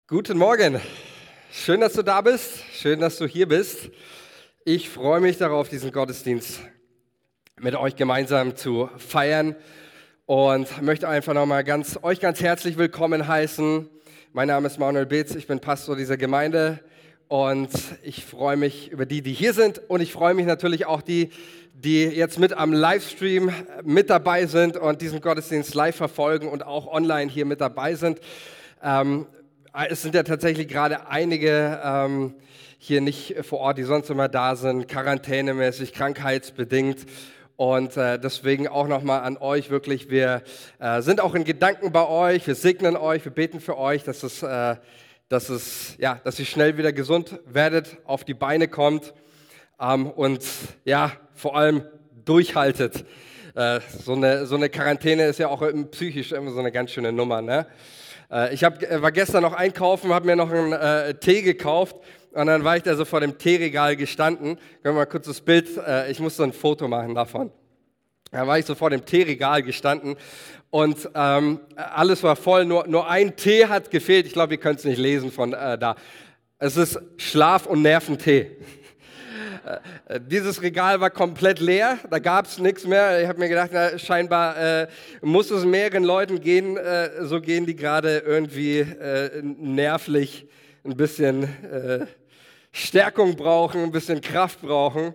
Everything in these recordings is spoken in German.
Guten Morgen. Schön, dass du da bist. Schön, dass du hier bist. Ich freue mich darauf, diesen Gottesdienst mit euch gemeinsam zu feiern und möchte einfach nochmal euch ganz herzlich willkommen heißen. Mein Name ist Manuel Beetz, ich bin Pastor dieser Gemeinde und ich freue mich über die hier sind und ich freue mich natürlich auch die jetzt mit am Livestream mit dabei sind und diesen Gottesdienst live verfolgen und auch online hier mit dabei sind. Es sind ja tatsächlich gerade einige hier nicht vor Ort, die sonst immer da sind, quarantänemäßig, krankheitsbedingt. Und deswegen auch nochmal an euch wirklich, wir sind auch in Gedanken bei euch, wir segnen euch, wir beten für euch, dass ihr schnell wieder gesund werdet, auf die Beine kommt und ja, vor allem durchhaltet. So eine Quarantäne ist ja auch psychisch immer so eine ganz schöne Nummer, ne? Ich war gestern noch einkaufen, habe mir noch einen Tee gekauft und dann war ich da so vor dem Teeregal gestanden. Können wir mal kurz das Bild, ich musste ein Foto machen davon. Da war ich so vor dem Teeregal gestanden und alles war voll, nur ein Tee hat gefehlt. Ich glaube, ihr könnt es nicht lesen von da. Es ist Schlaf- und Nerventee. Dieses Regal war komplett leer, da gab es nichts mehr. Ich habe mir gedacht, scheinbar muss es mehreren Leuten gehen, die gerade irgendwie nervlich ein bisschen Stärkung brauchen, ein bisschen Kraft brauchen.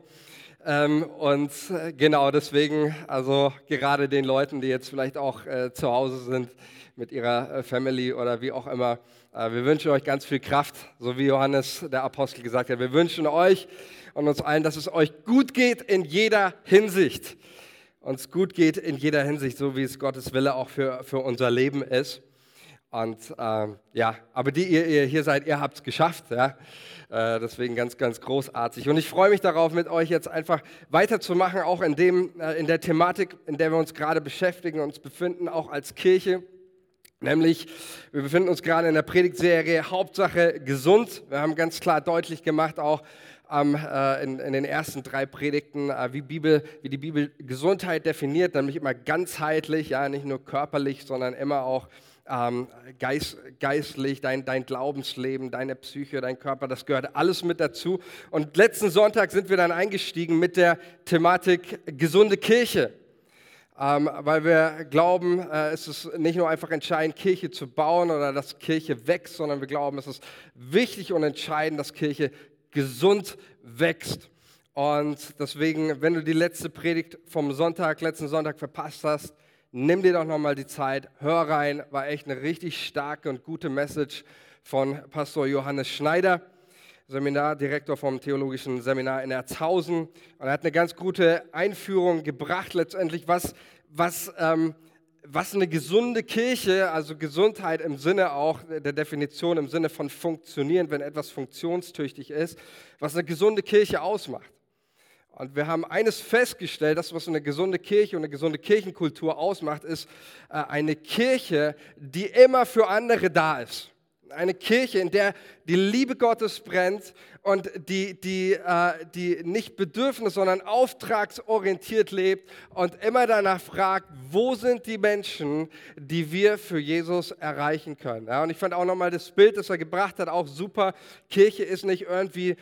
Genau deswegen, also gerade den Leuten, die jetzt vielleicht auch zu Hause sind mit ihrer Family oder wie auch immer, wir wünschen euch ganz viel Kraft, so wie Johannes, der Apostel, gesagt hat. Wir wünschen euch und uns allen, dass es euch gut geht in jeder Hinsicht. Uns gut geht in jeder Hinsicht, so wie es Gottes Wille auch für unser Leben ist. Und aber die ihr hier seid, ihr habt es geschafft. Ja? Deswegen ganz, ganz großartig. Und ich freue mich darauf, mit euch jetzt einfach weiterzumachen, auch in der Thematik, in der wir uns gerade beschäftigen, uns befinden, auch als Kirche. Nämlich, wir befinden uns gerade in der Predigtserie Hauptsache gesund. Wir haben ganz klar deutlich gemacht, auch in den ersten 3 Predigten, wie die Bibel Gesundheit definiert, nämlich immer ganzheitlich, ja, nicht nur körperlich, sondern immer auch geistlich, dein Glaubensleben, deine Psyche, dein Körper, das gehört alles mit dazu. Und letzten Sonntag sind wir dann eingestiegen mit der Thematik gesunde Kirche. Weil wir glauben, es ist nicht nur einfach entscheidend, Kirche zu bauen oder dass Kirche wächst, sondern wir glauben, es ist wichtig und entscheidend, dass Kirche gesund wächst. Und deswegen, wenn du die letzte Predigt vom letzten Sonntag verpasst hast, nimm dir doch nochmal die Zeit, hör rein, war echt eine richtig starke und gute Message von Pastor Johannes Schneider, Seminardirektor vom Theologischen Seminar in Erzhausen. Und er hat eine ganz gute Einführung gebracht, letztendlich, was eine gesunde Kirche, also Gesundheit im Sinne auch der Definition, im Sinne von funktionieren, wenn etwas funktionstüchtig ist, was eine gesunde Kirche ausmacht. Und wir haben eines festgestellt, das, was eine gesunde Kirche und eine gesunde Kirchenkultur ausmacht, ist eine Kirche, die immer für andere da ist. Eine Kirche, in der die Liebe Gottes brennt und die nicht bedürfnis-, sondern auftragsorientiert lebt und immer danach fragt, wo sind die Menschen, die wir für Jesus erreichen können. Ja, und ich fand auch nochmal das Bild, das er gebracht hat, auch super. Kirche ist nicht irgendwie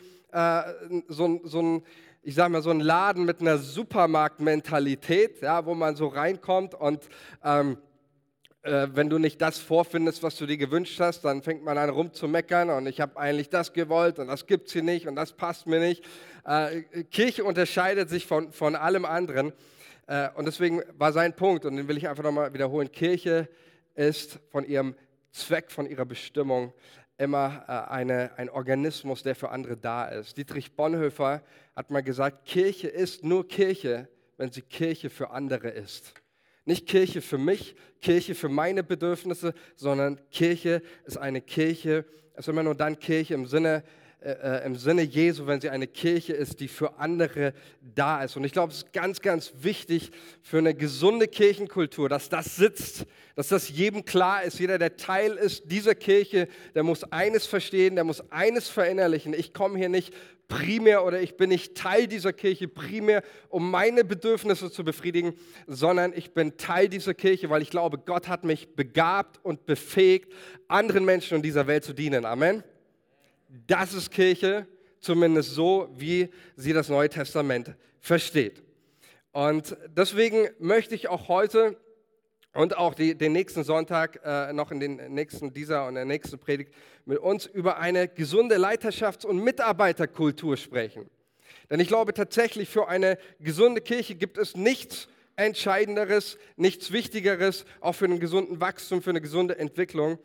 ich sag mal, so ein Laden mit einer Supermarktmentalität, ja, wo man so reinkommt und wenn du nicht das vorfindest, was du dir gewünscht hast, dann fängt man an rumzumeckern und ich habe eigentlich das gewollt und das gibt es hier nicht und das passt mir nicht. Kirche unterscheidet sich von allem anderen und deswegen war sein Punkt, und den will ich einfach nochmal wiederholen, Kirche ist von ihrem Zweck, von ihrer Bestimmung immer ein Organismus, der für andere da ist. Dietrich Bonhoeffer hat mal gesagt, Kirche ist nur Kirche, wenn sie Kirche für andere ist. Nicht Kirche für mich, Kirche für meine Bedürfnisse, sondern Kirche ist eine Kirche, ist immer nur dann Kirche im Sinne im Sinne Jesu, wenn sie eine Kirche ist, die für andere da ist. Und ich glaube, es ist ganz, ganz wichtig für eine gesunde Kirchenkultur, dass das sitzt, dass das jedem klar ist. Jeder, der Teil ist dieser Kirche, der muss eines verstehen, der muss eines verinnerlichen. Ich komme hier nicht primär oder ich bin nicht Teil dieser Kirche primär, um meine Bedürfnisse zu befriedigen, sondern ich bin Teil dieser Kirche, weil ich glaube, Gott hat mich begabt und befähigt, anderen Menschen in dieser Welt zu dienen. Amen. Das ist Kirche, zumindest so, wie sie das Neue Testament versteht. Und deswegen möchte ich auch heute und auch den nächsten Sonntag, noch in dieser und der nächsten Predigt, mit uns über eine gesunde Leiterschafts- und Mitarbeiterkultur sprechen. Denn ich glaube tatsächlich, für eine gesunde Kirche gibt es nichts Entscheidenderes, nichts Wichtigeres, auch für einen gesunden Wachstum, für eine gesunde Entwicklung,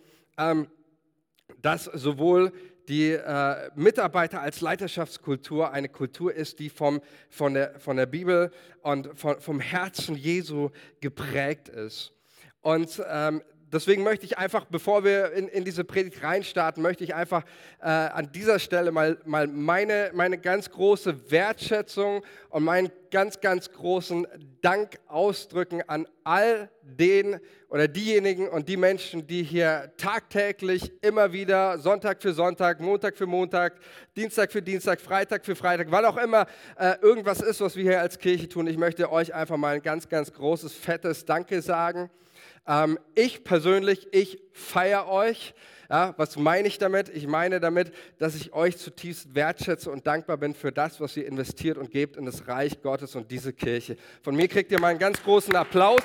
dass sowohl die Mitarbeiter als Leiterschaftskultur eine Kultur ist, die von der Bibel und vom Herzen Jesu geprägt ist. Und deswegen möchte ich einfach, bevor wir in diese Predigt reinstarten, möchte ich einfach an dieser Stelle mal meine ganz große Wertschätzung und meinen ganz, ganz großen Dank ausdrücken an all den oder diejenigen und die Menschen, die hier tagtäglich immer wieder, Sonntag für Sonntag, Montag für Montag, Dienstag für Dienstag, Freitag für Freitag, weil auch immer irgendwas ist, was wir hier als Kirche tun. Ich möchte euch einfach mal ein ganz, ganz großes, fettes Danke sagen. Ich persönlich, ich feiere euch. Ja, was meine ich damit? Ich meine damit, dass ich euch zutiefst wertschätze und dankbar bin für das, was ihr investiert und gebt in das Reich Gottes und diese Kirche. Von mir kriegt ihr mal einen ganz großen Applaus.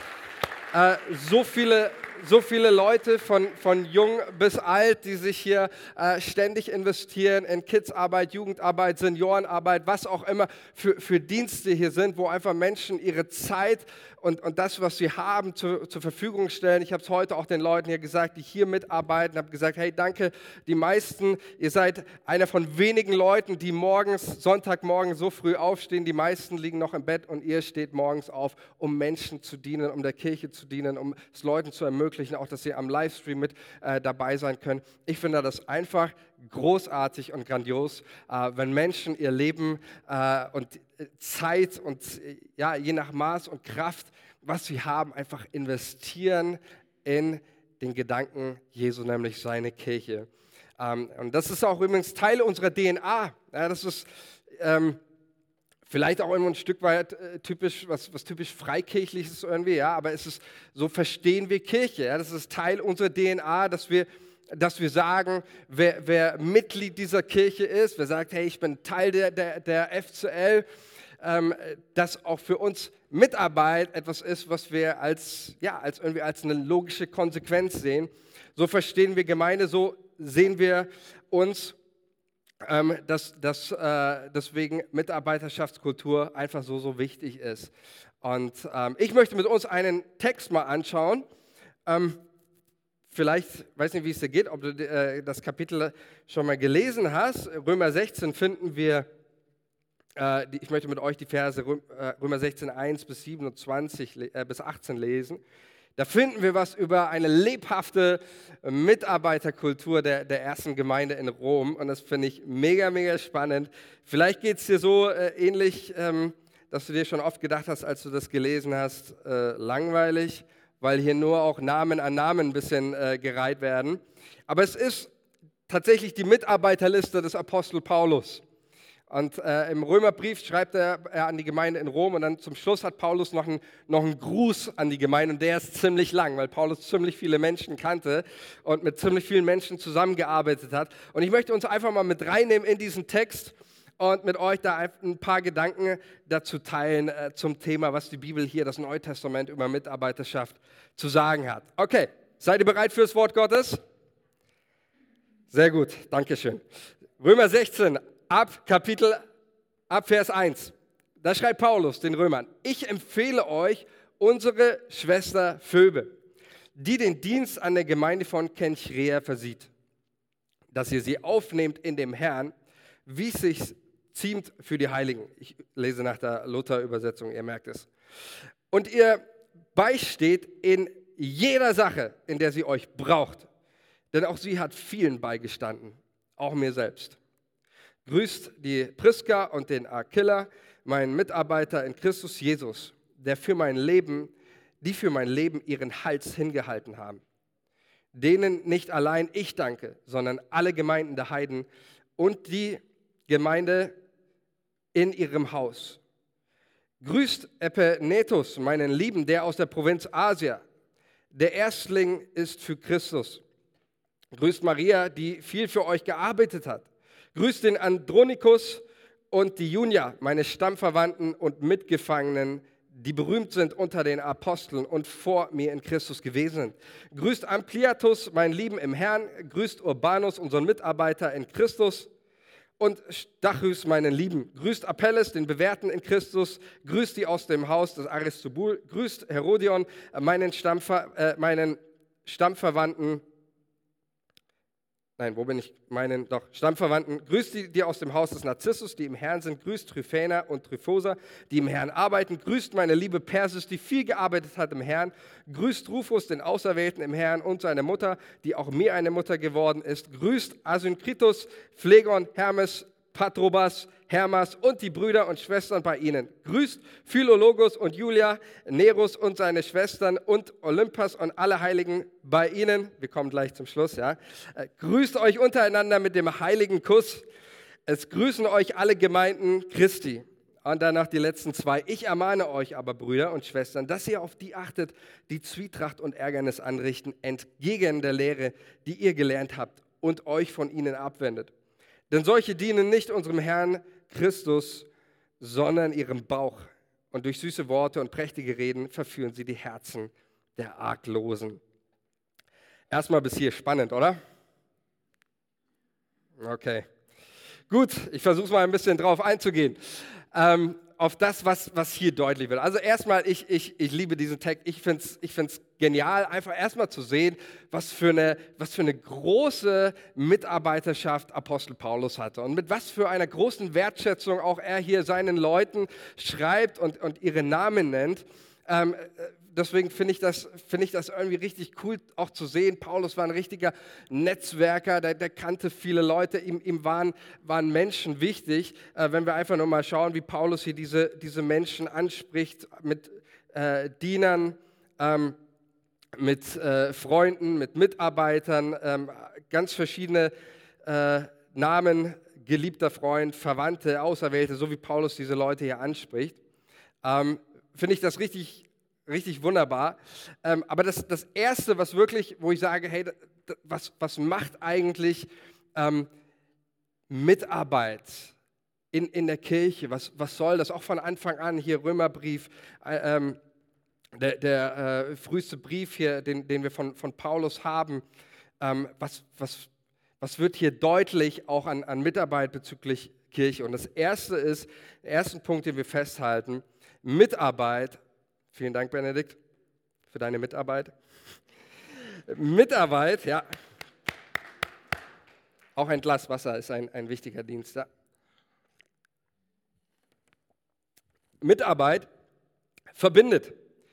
So viele Leute, von jung bis alt, die sich hier ständig investieren in Kidsarbeit, Jugendarbeit, Seniorenarbeit, was auch immer für Dienste hier sind, wo einfach Menschen ihre Zeit und das, was sie haben, zur Verfügung stellen. Ich habe es heute auch den Leuten hier gesagt, die hier mitarbeiten, habe gesagt, hey, danke, die meisten, ihr seid einer von wenigen Leuten, die Sonntagmorgen so früh aufstehen, die meisten liegen noch im Bett und ihr steht morgens auf, um Menschen zu dienen, um der Kirche zu dienen, um es Leuten zu ermöglichen, auch dass sie am Livestream mit dabei sein können. Ich finde das einfach großartig und grandios, wenn Menschen ihr Leben und Zeit und ja, je nach Maß und Kraft, was sie haben, einfach investieren in den Gedanken Jesu, nämlich seine Kirche. Und das ist auch übrigens Teil unserer DNA. Ja, das ist vielleicht auch immer ein Stück weit typisch, was typisch freikirchliches irgendwie, ja, aber es ist, so verstehen wir Kirche. Ja, das ist Teil unserer DNA, dass wir sagen, wer Mitglied dieser Kirche ist, wer sagt, hey, ich bin Teil der FCL, dass auch für uns Mitarbeit etwas ist, was wir als eine logische Konsequenz sehen. So verstehen wir Gemeinde, so sehen wir uns, dass deswegen Mitarbeiterschaftskultur einfach so wichtig ist. Und ich möchte mit uns einen Text mal anschauen. Vielleicht, weiß nicht, wie es dir geht, ob du das Kapitel schon mal gelesen hast. Römer 16 finden wir, ich möchte mit euch die Verse Römer 16, 1 bis 27, bis 18 lesen. Da finden wir was über eine lebhafte Mitarbeiterkultur der ersten Gemeinde in Rom. Und das finde ich mega, mega spannend. Vielleicht geht es dir so ähnlich, dass du dir schon oft gedacht hast, als du das gelesen hast, langweilig, weil hier nur auch Namen an Namen ein bisschen gereiht werden. Aber es ist tatsächlich die Mitarbeiterliste des Apostel Paulus. Und im Römerbrief schreibt er an die Gemeinde in Rom und dann zum Schluss hat Paulus noch einen Gruß an die Gemeinde und der ist ziemlich lang, weil Paulus ziemlich viele Menschen kannte und mit ziemlich vielen Menschen zusammengearbeitet hat. Und ich möchte uns einfach mal mit reinnehmen in diesen Text und mit euch da ein paar Gedanken dazu teilen zum Thema, was die Bibel hier, das Neue Testament über Mitarbeiterschaft zu sagen hat. Okay, seid ihr bereit für das Wort Gottes? Sehr gut, danke schön. Römer 16, ab Vers 1. Da schreibt Paulus den Römern: Ich empfehle euch unsere Schwester Phoebe, die den Dienst an der Gemeinde von Kenchrea versieht, dass ihr sie aufnehmt in dem Herrn, wie es sich ziemt für die Heiligen. Ich lese nach der Luther-Übersetzung, ihr merkt es. Und ihr beisteht in jeder Sache, in der sie euch braucht. Denn auch sie hat vielen beigestanden, auch mir selbst. Grüßt die Priska und den Aquila, meinen Mitarbeiter in Christus Jesus, die für mein Leben ihren Hals hingehalten haben. Denen nicht allein ich danke, sondern alle Gemeinden der Heiden und die Gemeinde in ihrem Haus. Grüßt Epenetus, meinen Lieben, der aus der Provinz Asia. Der Erstling ist für Christus. Grüßt Maria, die viel für euch gearbeitet hat. Grüßt den Andronikus und die Junia, meine Stammverwandten und Mitgefangenen, die berühmt sind unter den Aposteln und vor mir in Christus gewesen sind. Grüßt Ampliatus, meinen Lieben im Herrn. Grüßt Urbanus, unseren Mitarbeiter in Christus. Und Stachys, meinen Lieben. Grüßt Apelles, den Bewährten in Christus. Grüßt die aus dem Haus des Aristobul. Grüßt Herodion, meinen Stammverwandten. Stammverwandten. Grüßt die aus dem Haus des Narzissus, die im Herrn sind. Grüßt Tryphäna und Tryphosa, die im Herrn arbeiten. Grüßt meine liebe Persis, die viel gearbeitet hat im Herrn. Grüßt Rufus, den Auserwählten im Herrn, und seine Mutter, die auch mir eine Mutter geworden ist. Grüßt Asynkritus, Phlegon, Hermes, Patrobas, Hermas und die Brüder und Schwestern bei ihnen. Grüßt Philologus und Julia, Nerus und seine Schwestern und Olympas und alle Heiligen bei ihnen. Wir kommen gleich zum Schluss, ja. Grüßt euch untereinander mit dem heiligen Kuss. Es grüßen euch alle Gemeinden Christi. Und danach die letzten zwei. Ich ermahne euch aber, Brüder und Schwestern, dass ihr auf die achtet, die Zwietracht und Ärgernis anrichten, entgegen der Lehre, die ihr gelernt habt und euch von ihnen abwendet. Denn solche dienen nicht unserem Herrn Christus, sondern ihrem Bauch. Und durch süße Worte und prächtige Reden verführen sie die Herzen der Arglosen. Erstmal bis hier spannend, oder? Okay. Gut, ich versuche es mal ein bisschen drauf einzugehen. Auf das, was hier deutlich wird. Also erstmal, ich liebe diesen Text. Ich find's genial, einfach erstmal zu sehen, was für eine große Mitarbeiterschaft Apostel Paulus hatte und mit was für einer großen Wertschätzung auch er hier seinen Leuten schreibt und ihre Namen nennt. Deswegen finde ich das irgendwie richtig cool auch zu sehen. Paulus war ein richtiger Netzwerker, der kannte viele Leute, ihm waren Menschen wichtig. Wenn wir einfach nur mal schauen, wie Paulus hier diese Menschen anspricht, mit Dienern, mit Freunden, mit Mitarbeitern, ganz verschiedene Namen, geliebter Freund, Verwandte, Auserwählte, so wie Paulus diese Leute hier anspricht. Finde ich das richtig wunderbar. Aber das Erste, was wirklich, wo ich sage, hey, was macht eigentlich Mitarbeit in der Kirche? Was soll das? Auch von Anfang an hier Römerbrief, der früheste Brief hier, den wir von Paulus haben. Was wird hier deutlich auch an Mitarbeit bezüglich Kirche? Und das Erste ist, der erste Punkt, den wir festhalten, Mitarbeit. Vielen Dank, Benedikt, für deine Mitarbeit. Mitarbeit, ja. Auch ein Glas Wasser ist ein wichtiger Dienst. Ja. Mitarbeit verbindet.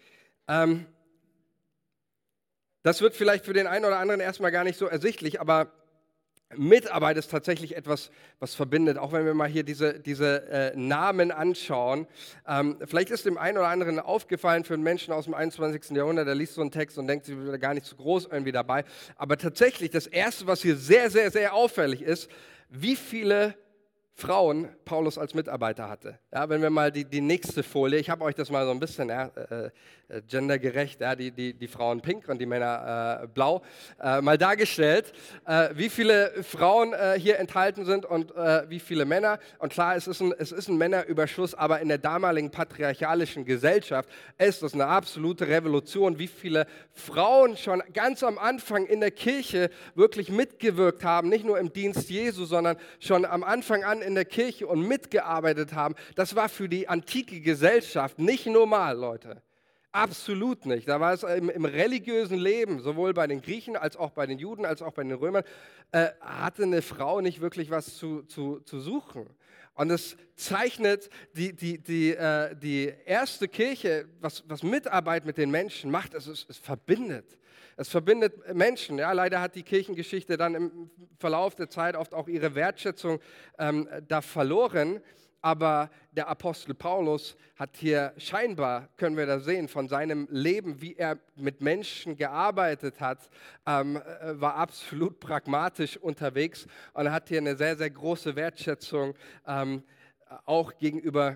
Das wird vielleicht für den einen oder anderen erstmal gar nicht so ersichtlich, aber Mitarbeit ist tatsächlich etwas, was verbindet, auch wenn wir mal hier diese Namen anschauen. Vielleicht ist dem einen oder anderen aufgefallen, für einen Menschen aus dem 21. Jahrhundert, der liest so einen Text und denkt, sie wird gar nicht so groß irgendwie dabei. Aber tatsächlich, das Erste, was hier sehr, sehr, sehr auffällig ist, wie viele Frauen Paulus als Mitarbeiter hatte. Ja, wenn wir mal die nächste Folie, ich habe euch das mal so ein bisschen gendergerecht, ja, die Frauen pink und die Männer blau, mal dargestellt, wie viele Frauen hier enthalten sind und wie viele Männer. Und klar, es ist ein Männerüberschuss, aber in der damaligen patriarchalischen Gesellschaft ist das eine absolute Revolution, wie viele Frauen schon ganz am Anfang in der Kirche wirklich mitgewirkt haben, nicht nur im Dienst Jesu, sondern schon am Anfang an in der Kirche und mitgearbeitet haben. Das war für die antike Gesellschaft nicht normal, Leute. Absolut nicht. Da war es im religiösen Leben, sowohl bei den Griechen als auch bei den Juden, als auch bei den Römern, hatte eine Frau nicht wirklich was zu suchen. Und es zeichnet die erste Kirche, was Mitarbeit mit den Menschen macht, es verbindet. Es verbindet Menschen. Ja, leider hat die Kirchengeschichte dann im Verlauf der Zeit oft auch ihre Wertschätzung da verloren. Aber der Apostel Paulus hat hier scheinbar, können wir da sehen, von seinem Leben, wie er mit Menschen gearbeitet hat, war absolut pragmatisch unterwegs und hat hier eine sehr, sehr große Wertschätzung auch gegenüber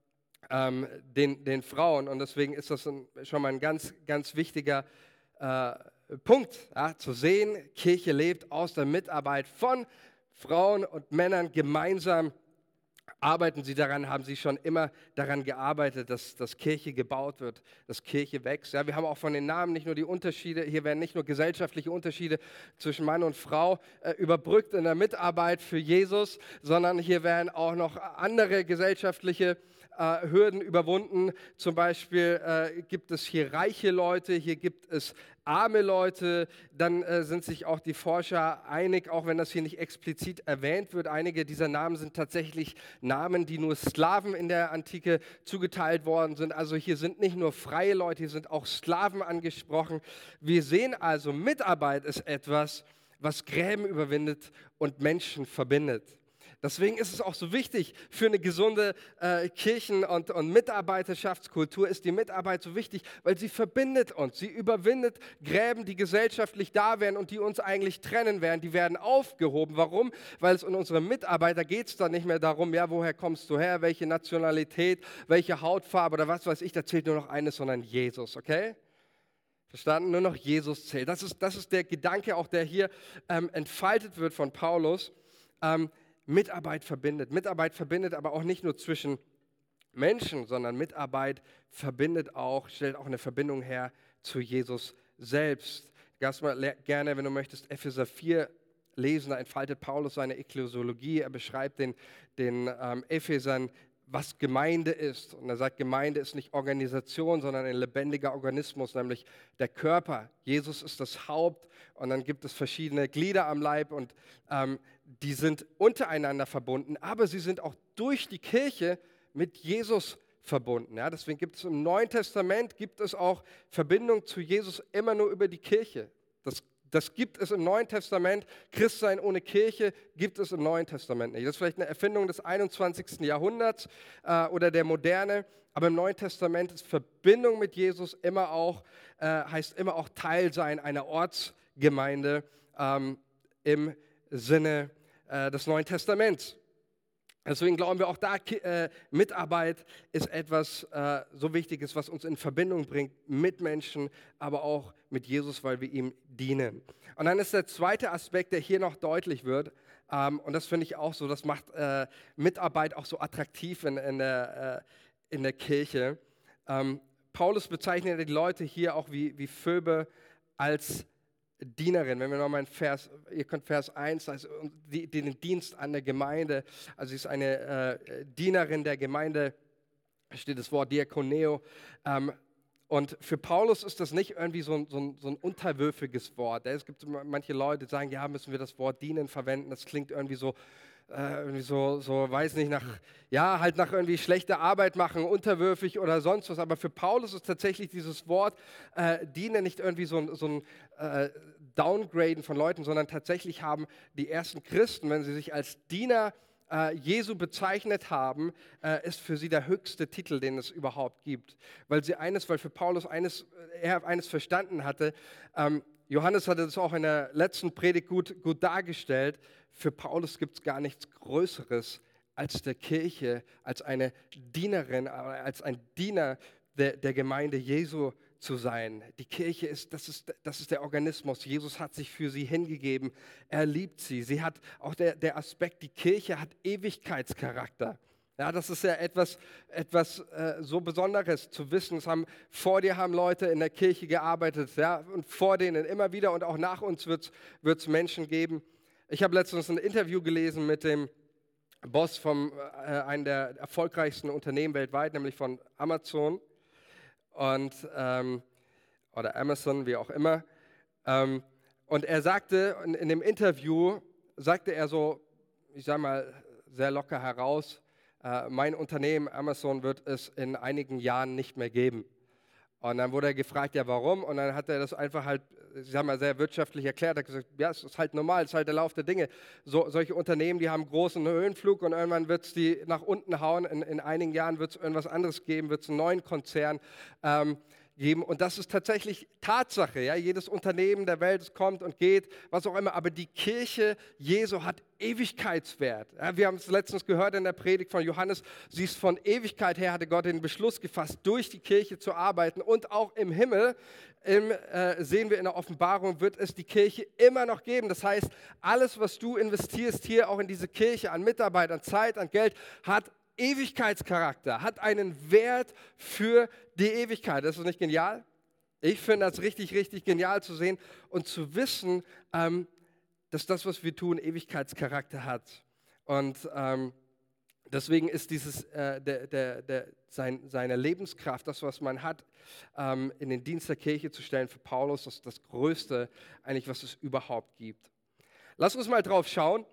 den Frauen. Und deswegen ist das schon mal ein ganz, ganz wichtiger Punkt, ja, zu sehen, Kirche lebt aus der Mitarbeit von Frauen und Männern gemeinsam. Arbeiten sie daran, haben sie schon immer daran gearbeitet, dass Kirche gebaut wird, dass Kirche wächst. Ja, wir haben auch von den Namen nicht nur die Unterschiede, hier werden nicht nur gesellschaftliche Unterschiede zwischen Mann und Frau überbrückt in der Mitarbeit für Jesus, sondern hier werden auch noch andere gesellschaftliche Hürden überwunden. Zum Beispiel gibt es hier reiche Leute, hier gibt es arme Leute. Dann sind sich auch die Forscher einig, auch wenn das hier nicht explizit erwähnt wird. Einige dieser Namen sind tatsächlich Namen, die nur Sklaven in der Antike zugeteilt worden sind. Also hier sind nicht nur freie Leute, hier sind auch Sklaven angesprochen. Wir sehen also, Mitarbeit ist etwas, was Gräben überwindet und Menschen verbindet. Deswegen ist es auch so wichtig für eine gesunde Kirchen- und Mitarbeiterschaftskultur, ist die Mitarbeit so wichtig, weil sie verbindet uns. Sie überwindet Gräben, die gesellschaftlich da wären und die uns eigentlich trennen werden. Die werden aufgehoben. Warum? Weil es in unserem Mitarbeiter geht es dann nicht mehr darum, ja, woher kommst du her, welche Nationalität, welche Hautfarbe oder was weiß ich. Da zählt nur noch eines, sondern Jesus, okay? Verstanden? Nur noch Jesus zählt. Das ist der Gedanke, auch der hier entfaltet wird von Paulus. Mitarbeit verbindet aber auch nicht nur zwischen Menschen, sondern Mitarbeit stellt auch eine Verbindung her zu Jesus selbst. Kannst mal gerne, wenn du möchtest, Epheser 4 lesen, da entfaltet Paulus seine Ekklesiologie, er beschreibt den Ephesern, was Gemeinde ist. Und er sagt, Gemeinde ist nicht Organisation, sondern ein lebendiger Organismus, nämlich der Körper. Jesus ist das Haupt und dann gibt es verschiedene Glieder am Leib und die sind untereinander verbunden, aber sie sind auch durch die Kirche mit Jesus verbunden. Ja? Deswegen gibt es im Neuen Testament auch Verbindung zu Jesus immer nur über die Kirche. Das gibt es im Neuen Testament. Christsein ohne Kirche gibt es im Neuen Testament nicht. Das ist vielleicht eine Erfindung des 21. Jahrhunderts oder der Moderne. Aber im Neuen Testament ist Verbindung mit Jesus heißt immer auch Teil sein einer Ortsgemeinde im Sinne des Neuen Testaments. Deswegen glauben wir auch da, Mitarbeit ist etwas so Wichtiges, was uns in Verbindung bringt mit Menschen, aber auch mit Jesus, weil wir ihm dienen. Und dann ist der zweite Aspekt, der hier noch deutlich wird, und das finde ich auch so, das macht Mitarbeit auch so attraktiv in der Kirche. Paulus bezeichnet die Leute hier auch wie Phoebe als Dienerin, wenn wir nochmal ihr könnt Vers 1, also den Dienst an der Gemeinde, also sie ist eine Dienerin der Gemeinde, steht das Wort Diakoneo, und für Paulus ist das nicht irgendwie so ein unterwürfiges Wort. Es gibt manche Leute, die sagen, ja, müssen wir das Wort dienen verwenden, das klingt irgendwie so, weiß nicht, nach irgendwie schlechter Arbeit machen, unterwürfig oder sonst was. Aber für Paulus ist tatsächlich dieses Wort dienen nicht irgendwie so ein Downgraden von Leuten, sondern tatsächlich haben die ersten Christen, wenn sie sich als Diener Jesu bezeichnet haben, ist für sie der höchste Titel, den es überhaupt gibt. Weil für Paulus er eines verstanden hatte, Johannes hatte das auch in der letzten Predigt gut dargestellt, für Paulus gibt es gar nichts Größeres als der Kirche, als eine Dienerin, als ein Diener der Gemeinde Jesu zu sein. Die Kirche das ist der Organismus. Jesus hat sich für sie hingegeben. Er liebt sie. Sie hat auch der Aspekt, die Kirche hat Ewigkeitscharakter. Ja, das ist ja etwas so Besonderes zu wissen. Vor dir haben Leute in der Kirche gearbeitet, ja, und vor denen immer wieder und auch nach uns wird es Menschen geben. Ich habe letztens ein Interview gelesen mit dem Boss von einem der erfolgreichsten Unternehmen weltweit, nämlich von Amazon. und, oder Amazon, wie auch immer. Und er sagte, in dem Interview, sagte er so, ich sage mal, sehr locker heraus, mein Unternehmen Amazon wird es in einigen Jahren nicht mehr geben. Und dann wurde er gefragt, ja warum? Und dann hat er das einfach halt, ich sag mal, sehr wirtschaftlich erklärt. Er hat gesagt, ja, es ist halt normal, es ist halt der Lauf der Dinge. Solche Unternehmen, die haben großen Höhenflug und irgendwann wird es die nach unten hauen. In einigen Jahren wird es irgendwas anderes geben, wird es einen neuen Konzern geben. Und das ist tatsächlich Tatsache. Ja? Jedes Unternehmen der Welt, es kommt und geht, was auch immer. Aber die Kirche Jesu hat Ewigkeitswert. Ja, wir haben es letztens gehört in der Predigt von Johannes. Sie ist von Ewigkeit her, hatte Gott den Beschluss gefasst, durch die Kirche zu arbeiten. Und auch im Himmel, sehen wir in der Offenbarung, wird es die Kirche immer noch geben. Das heißt, alles, was du investierst hier auch in diese Kirche, an Mitarbeit, an Zeit, an Geld, hat Ewigkeitscharakter, hat einen Wert für die Ewigkeit. Das ist nicht genial? Ich finde das richtig, richtig genial zu sehen und zu wissen, dass das, was wir tun, Ewigkeitscharakter hat. Und deswegen ist seine Lebenskraft, das, was man hat, in den Dienst der Kirche zu stellen, für Paulus, das Größte eigentlich, was es überhaupt gibt. Lass uns mal drauf schauen,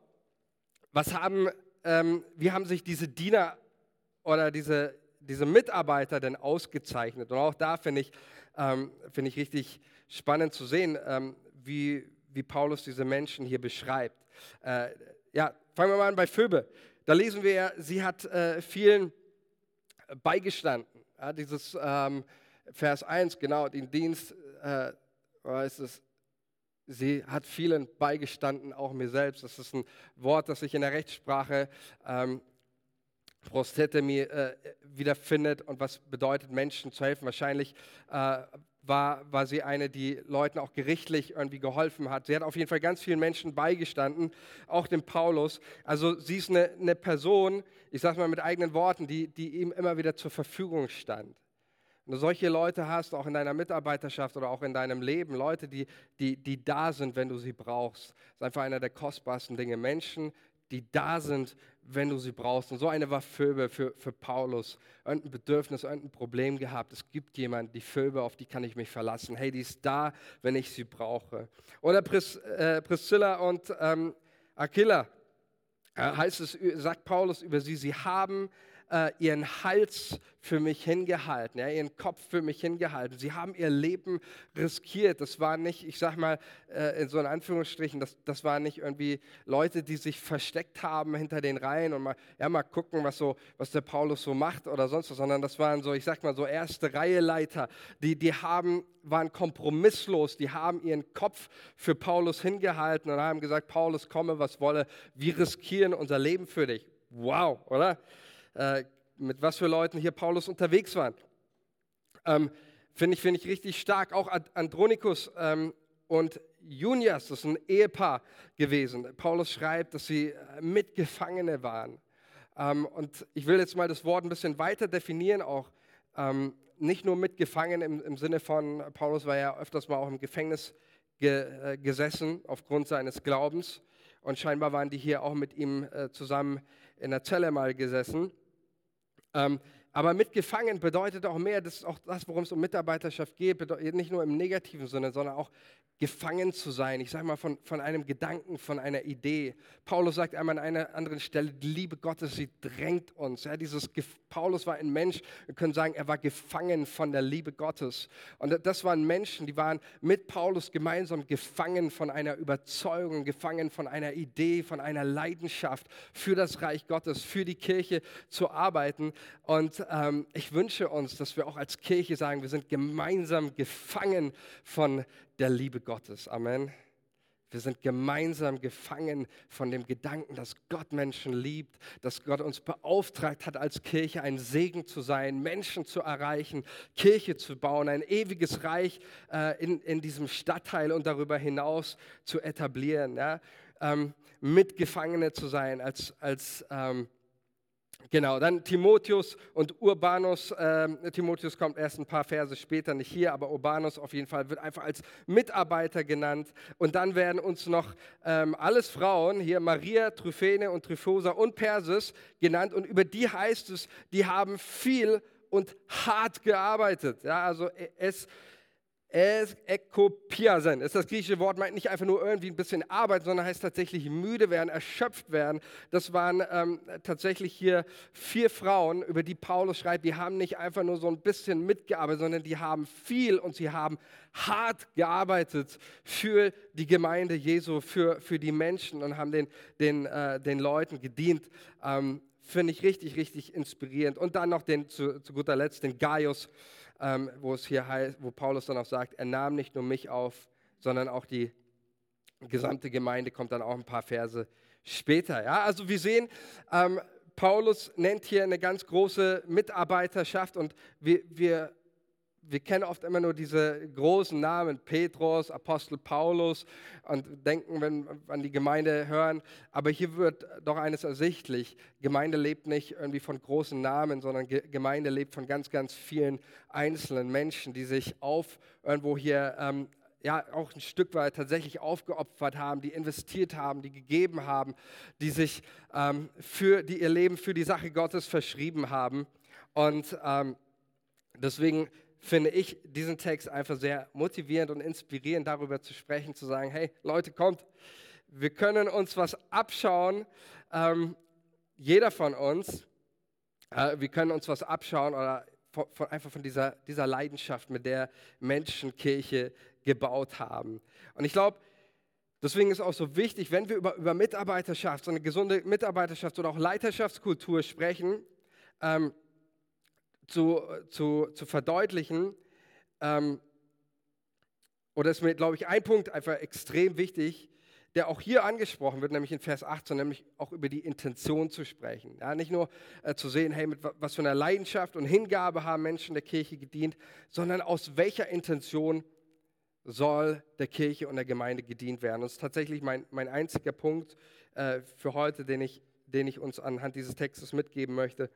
wie haben sich diese Diener oder diese Mitarbeiter denn ausgezeichnet? Und auch da finde ich richtig spannend zu sehen, wie Paulus diese Menschen hier beschreibt. Ja, fangen wir mal an bei Phoebe. Da lesen wir, sie hat vielen beigestanden. Ja, dieses Vers 1, genau, den Dienst, sie hat vielen beigestanden, auch mir selbst. Das ist ein Wort, das sich in der Rechtssprache Prosthetemi wiederfindet und was bedeutet, Menschen zu helfen. Wahrscheinlich war sie eine, die Leuten auch gerichtlich irgendwie geholfen hat. Sie hat auf jeden Fall ganz vielen Menschen beigestanden, auch dem Paulus. Also sie ist eine Person, ich sage mal mit eigenen Worten, die ihm immer wieder zur Verfügung stand. Wenn du solche Leute hast, auch in deiner Mitarbeiterschaft oder auch in deinem Leben, Leute, die da sind, wenn du sie brauchst, das ist einfach einer der kostbarsten Dinge. Menschen, die da sind, wenn du sie brauchst. Und so eine war Phoebe für Paulus. Irgendein Bedürfnis, irgendein Problem gehabt. Es gibt jemanden, die Phoebe, auf die kann ich mich verlassen. Hey, die ist da, wenn ich sie brauche. Oder Priscilla und Aquila, sagt Paulus über sie, sie haben ihren Hals für mich hingehalten, ja, ihren Kopf für mich hingehalten. Sie haben ihr Leben riskiert. Das war nicht, ich sag mal, in so in Anführungsstrichen, das waren nicht irgendwie Leute, die sich versteckt haben hinter den Reihen und mal gucken, was der Paulus so macht oder sonst was, sondern das waren so, ich sag mal, so erste Reihe Leiter, die waren kompromisslos, die haben ihren Kopf für Paulus hingehalten und haben gesagt, Paulus, komme, was wolle, wir riskieren unser Leben für dich. Wow, oder? Mit was für Leuten hier Paulus unterwegs war. Finde ich richtig stark. Auch Andronikus und Junias, das ist ein Ehepaar gewesen. Paulus schreibt, dass sie Mitgefangene waren. Und ich will jetzt mal das Wort ein bisschen weiter definieren, auch nicht nur mitgefangen im Sinne von, Paulus war ja öfters mal auch im Gefängnis gesessen aufgrund seines Glaubens. Und scheinbar waren die hier auch mit ihm zusammen in der Zelle mal gesessen. Aber mitgefangen bedeutet auch mehr, das ist auch das, worum es um Mitarbeiterschaft geht, bedeutet nicht nur im negativen Sinne, sondern auch gefangen zu sein. Ich sage mal von einem Gedanken, von einer Idee. Paulus sagt einmal an einer anderen Stelle, die Liebe Gottes, sie drängt uns. Ja, Paulus war ein Mensch, wir können sagen, er war gefangen von der Liebe Gottes. Und das waren Menschen, die waren mit Paulus gemeinsam gefangen von einer Überzeugung, gefangen von einer Idee, von einer Leidenschaft für das Reich Gottes, für die Kirche zu arbeiten. Und ich wünsche uns, dass wir auch als Kirche sagen, wir sind gemeinsam gefangen von der Liebe Gottes. Amen. Wir sind gemeinsam gefangen von dem Gedanken, dass Gott Menschen liebt, dass Gott uns beauftragt hat, als Kirche ein Segen zu sein, Menschen zu erreichen, Kirche zu bauen, ein ewiges Reich in diesem Stadtteil und darüber hinaus zu etablieren. Ja? Mitgefangene zu sein Genau, dann Timotheus und Urbanus. Timotheus kommt erst ein paar Verse später, nicht hier, aber Urbanus auf jeden Fall wird einfach als Mitarbeiter genannt. Und dann werden uns noch alles Frauen, hier Maria, Tryphene und Tryphosa und Persis genannt. Und über die heißt es, die haben viel und hart gearbeitet. Ja, also ekopiasen ist das griechische Wort, meint nicht einfach nur irgendwie ein bisschen Arbeit, sondern heißt tatsächlich müde werden, erschöpft werden. Das waren tatsächlich hier 4 Frauen, über die Paulus schreibt, die haben nicht einfach nur so ein bisschen mitgearbeitet, sondern die haben viel und sie haben hart gearbeitet für die Gemeinde Jesu, für die Menschen und haben den Leuten gedient. Finde ich richtig, richtig inspirierend. Und dann noch zu guter Letzt den Gaius, wo es hier heißt, wo Paulus dann auch sagt, er nahm nicht nur mich auf, sondern auch die gesamte Gemeinde, kommt dann auch ein paar Verse später. Ja? Also wir sehen, Paulus nennt hier eine ganz große Mitarbeiterschaft und wir kennen oft immer nur diese großen Namen, Petrus, Apostel Paulus, und denken, wenn wir an die Gemeinde hören, aber hier wird doch eines ersichtlich: Gemeinde lebt nicht irgendwie von großen Namen, sondern Gemeinde lebt von ganz, ganz vielen einzelnen Menschen, die sich irgendwo hier auch ein Stück weit tatsächlich aufgeopfert haben, die investiert haben, die gegeben haben, die sich die ihr Leben für die Sache Gottes verschrieben haben. Und deswegen finde ich diesen Text einfach sehr motivierend und inspirierend, darüber zu sprechen, zu sagen, hey Leute, kommt, wir können uns was abschauen, jeder von uns, wir können uns was abschauen oder einfach von dieser Leidenschaft, mit der Menschen Kirche gebaut haben. Und ich glaube, deswegen ist auch so wichtig, wenn wir über Mitarbeiterschaft, so eine gesunde Mitarbeiterschaft oder auch Leiterschaftskultur sprechen, zu verdeutlichen, oder ist mir, glaube ich, ein Punkt einfach extrem wichtig, der auch hier angesprochen wird, nämlich in Vers 18, nämlich auch über die Intention zu sprechen. Ja, nicht nur zu sehen, hey, mit was für einer Leidenschaft und Hingabe haben Menschen der Kirche gedient, sondern aus welcher Intention soll der Kirche und der Gemeinde gedient werden. Das ist tatsächlich mein einziger Punkt für heute, den ich uns anhand dieses Textes mitgeben möchte.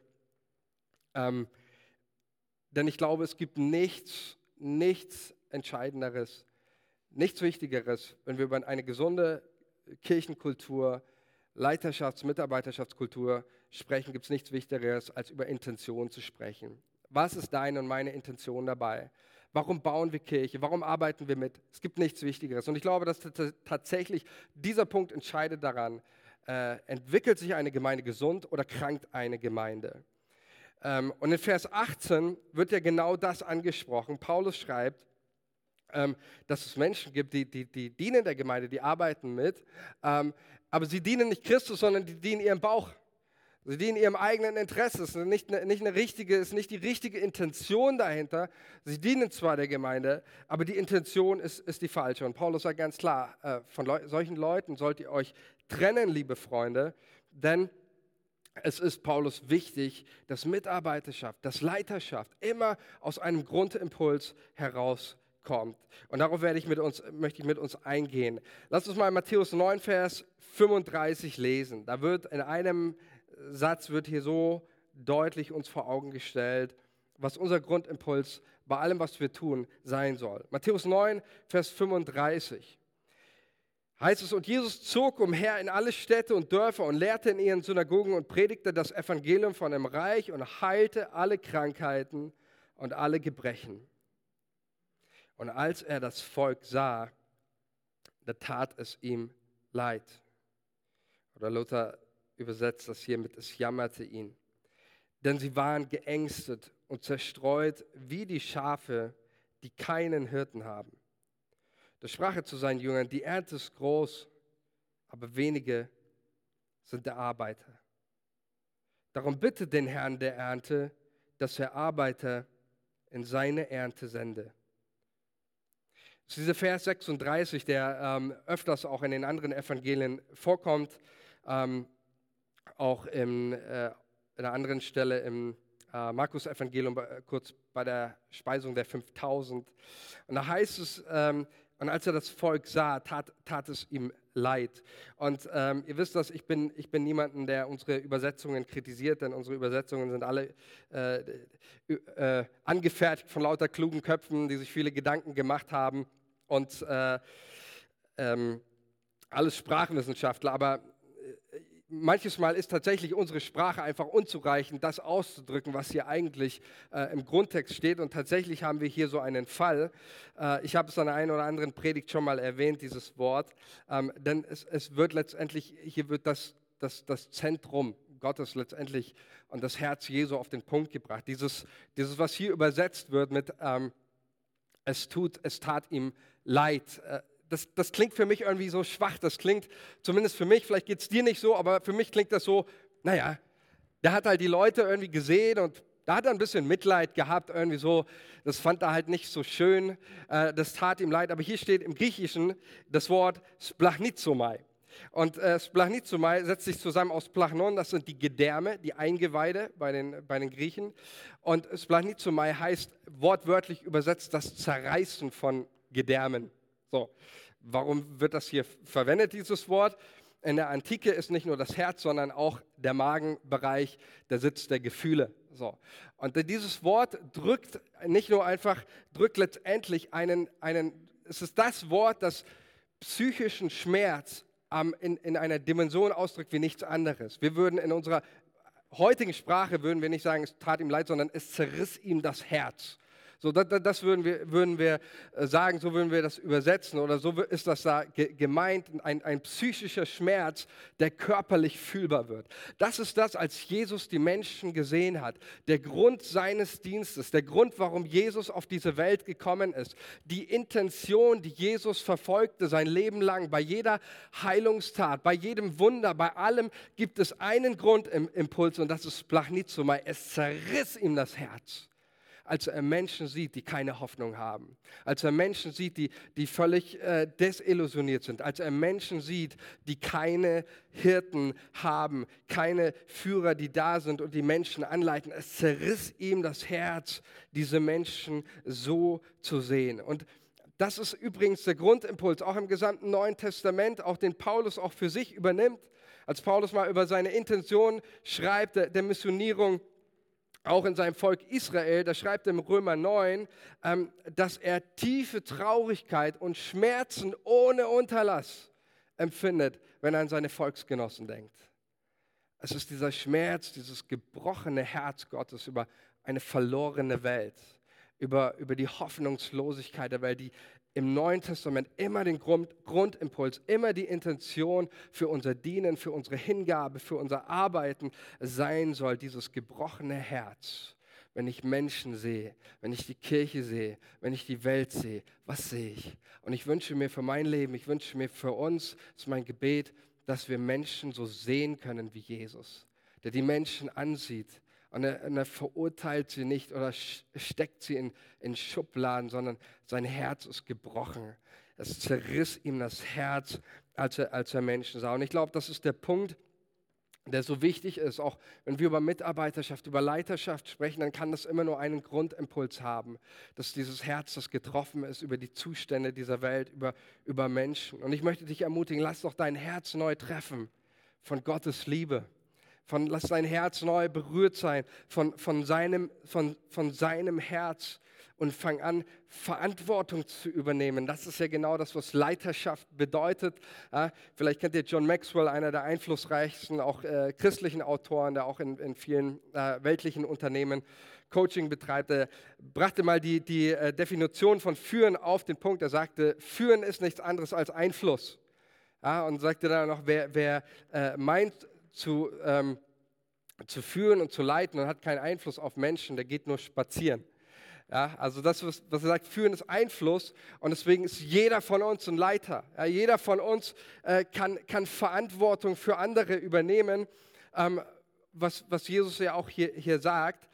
Denn ich glaube, es gibt nichts Entscheidenderes, nichts Wichtigeres, wenn wir über eine gesunde Kirchenkultur, Mitarbeiterschaftskultur sprechen, gibt es nichts Wichtigeres, als über Intention zu sprechen. Was ist deine und meine Intention dabei? Warum bauen wir Kirche? Warum arbeiten wir mit? Es gibt nichts Wichtigeres. Und ich glaube, dass tatsächlich dieser Punkt entscheidet daran, entwickelt sich eine Gemeinde gesund oder krankt eine Gemeinde? Und in Vers 18 wird ja genau das angesprochen. Paulus schreibt, dass es Menschen gibt, die dienen der Gemeinde, die arbeiten mit, aber sie dienen nicht Christus, sondern die dienen ihrem Bauch. Sie dienen ihrem eigenen Interesse. Es ist nicht die richtige Intention dahinter. Sie dienen zwar der Gemeinde, aber die Intention ist die falsche. Und Paulus sagt ganz klar, von solchen Leuten sollt ihr euch trennen, liebe Freunde, denn es ist Paulus wichtig, dass Mitarbeiterschaft, dass Leiterschaft immer aus einem Grundimpuls herauskommt. Und darauf möchte ich mit uns eingehen. Lass uns mal Matthäus 9, Vers 35 lesen. Da wird in einem Satz hier so deutlich uns vor Augen gestellt, was unser Grundimpuls bei allem, was wir tun, sein soll. Matthäus 9, Vers 35. Heißt es, und Jesus zog umher in alle Städte und Dörfer und lehrte in ihren Synagogen und predigte das Evangelium von dem Reich und heilte alle Krankheiten und alle Gebrechen. Und als er das Volk sah, da tat es ihm leid. Oder Luther übersetzt das hier mit, es jammerte ihn. Denn sie waren geängstet und zerstreut wie die Schafe, die keinen Hirten haben. Da sprach er zu seinen Jüngern, die Ernte ist groß, aber wenige sind der Arbeiter. Darum bitte den Herrn der Ernte, dass er Arbeiter in seine Ernte sende. Das ist dieser Vers 36, der öfters auch in den anderen Evangelien vorkommt, auch in einer anderen Stelle im Markus-Evangelium, kurz bei der Speisung der 5000. Und da heißt es, und als er das Volk sah, tat es ihm leid. Und ihr wisst das, ich bin niemanden, der unsere Übersetzungen kritisiert, denn unsere Übersetzungen sind alle angefertigt von lauter klugen Köpfen, die sich viele Gedanken gemacht haben und alles Sprachwissenschaftler. Aber manches Mal ist tatsächlich unsere Sprache einfach unzureichend, das auszudrücken, was hier eigentlich im Grundtext steht. Und tatsächlich haben wir hier so einen Fall. Ich habe es an der einen oder anderen Predigt schon mal erwähnt, dieses Wort. Denn es wird letztendlich, hier wird das Zentrum Gottes letztendlich und das Herz Jesu auf den Punkt gebracht. Dieses was hier übersetzt wird mit es tat ihm leid. Das klingt für mich irgendwie so schwach. Das klingt, zumindest für mich, vielleicht geht es dir nicht so, aber für mich klingt das so, naja, der hat halt die Leute irgendwie gesehen und da hat er ein bisschen Mitleid gehabt, irgendwie so. Das fand er halt nicht so schön. Das tat ihm leid. Aber hier steht im Griechischen das Wort splachnizomai. Und splachnizomai setzt sich zusammen aus Splachnon, das sind die Gedärme, die Eingeweide bei den Griechen. Und splachnizomai heißt wortwörtlich übersetzt das Zerreißen von Gedärmen. So, warum wird das hier verwendet, dieses Wort? In der Antike ist nicht nur das Herz, sondern auch der Magenbereich der Sitz der Gefühle. So. Und dieses Wort drückt nicht nur einfach, drückt letztendlich es ist das Wort, das psychischen Schmerz in einer Dimension ausdrückt wie nichts anderes. Wir würden in unserer heutigen Sprache, würden wir nicht sagen, es tat ihm leid, sondern es zerriss ihm das Herz. So, das würden wir sagen, so würden wir das übersetzen oder so ist das da gemeint, ein psychischer Schmerz, der körperlich fühlbar wird. Das ist das, als Jesus die Menschen gesehen hat. Der Grund seines Dienstes, der Grund, warum Jesus auf diese Welt gekommen ist. Die Intention, die Jesus verfolgte sein Leben lang, bei jeder Heilungstat, bei jedem Wunder, bei allem gibt es einen Grundimpuls und das ist Splachnizomai. Es zerriss ihm das Herz. Als er Menschen sieht, die keine Hoffnung haben, als er Menschen sieht, die völlig desillusioniert sind, als er Menschen sieht, die keine Hirten haben, keine Führer, die da sind und die Menschen anleiten. Es zerriss ihm das Herz, diese Menschen so zu sehen. Und das ist übrigens der Grundimpuls, auch im gesamten Neuen Testament, auch den Paulus auch für sich übernimmt. Als Paulus mal über seine Intention schreibt, der Missionierung, auch in seinem Volk Israel, da schreibt er im Römer 9, dass er tiefe Traurigkeit und Schmerzen ohne Unterlass empfindet, wenn er an seine Volksgenossen denkt. Es ist dieser Schmerz, dieses gebrochene Herz Gottes über eine verlorene Welt, über die Hoffnungslosigkeit der Welt, die im Neuen Testament immer den Grundimpuls, immer die Intention für unser Dienen, für unsere Hingabe, für unser Arbeiten sein soll, dieses gebrochene Herz. Wenn ich Menschen sehe, wenn ich die Kirche sehe, wenn ich die Welt sehe, was sehe ich? Und ich wünsche mir für mein Leben, ich wünsche mir für uns, das ist mein Gebet, dass wir Menschen so sehen können wie Jesus, der die Menschen ansieht. Und er verurteilt sie nicht oder steckt sie in Schubladen, sondern sein Herz ist gebrochen. Es zerriss ihm das Herz, als er Menschen sah. Und ich glaube, das ist der Punkt, der so wichtig ist. Auch wenn wir über Mitarbeiterschaft, über Leiterschaft sprechen, dann kann das immer nur einen Grundimpuls haben, dass dieses Herz, das getroffen ist über die Zustände dieser Welt, über Menschen. Und ich möchte dich ermutigen, lass doch dein Herz neu treffen von Gottes Liebe. Lass dein Herz neu berührt sein von seinem Herz und fang an, Verantwortung zu übernehmen. Das ist ja genau das, was Leiterschaft bedeutet. Ja, vielleicht kennt ihr John Maxwell, einer der einflussreichsten, auch christlichen Autoren, der auch in vielen weltlichen Unternehmen Coaching betreibt. Er brachte mal die Definition von Führen auf den Punkt. Er sagte, Führen ist nichts anderes als Einfluss. Ja, und sagte dann noch, wer meint, zu führen und zu leiten und hat keinen Einfluss auf Menschen, der geht nur spazieren. Ja, also das, was er sagt, führen ist Einfluss und deswegen ist jeder von uns ein Leiter. Ja, jeder von uns kann Verantwortung für andere übernehmen, was Jesus ja auch hier sagt.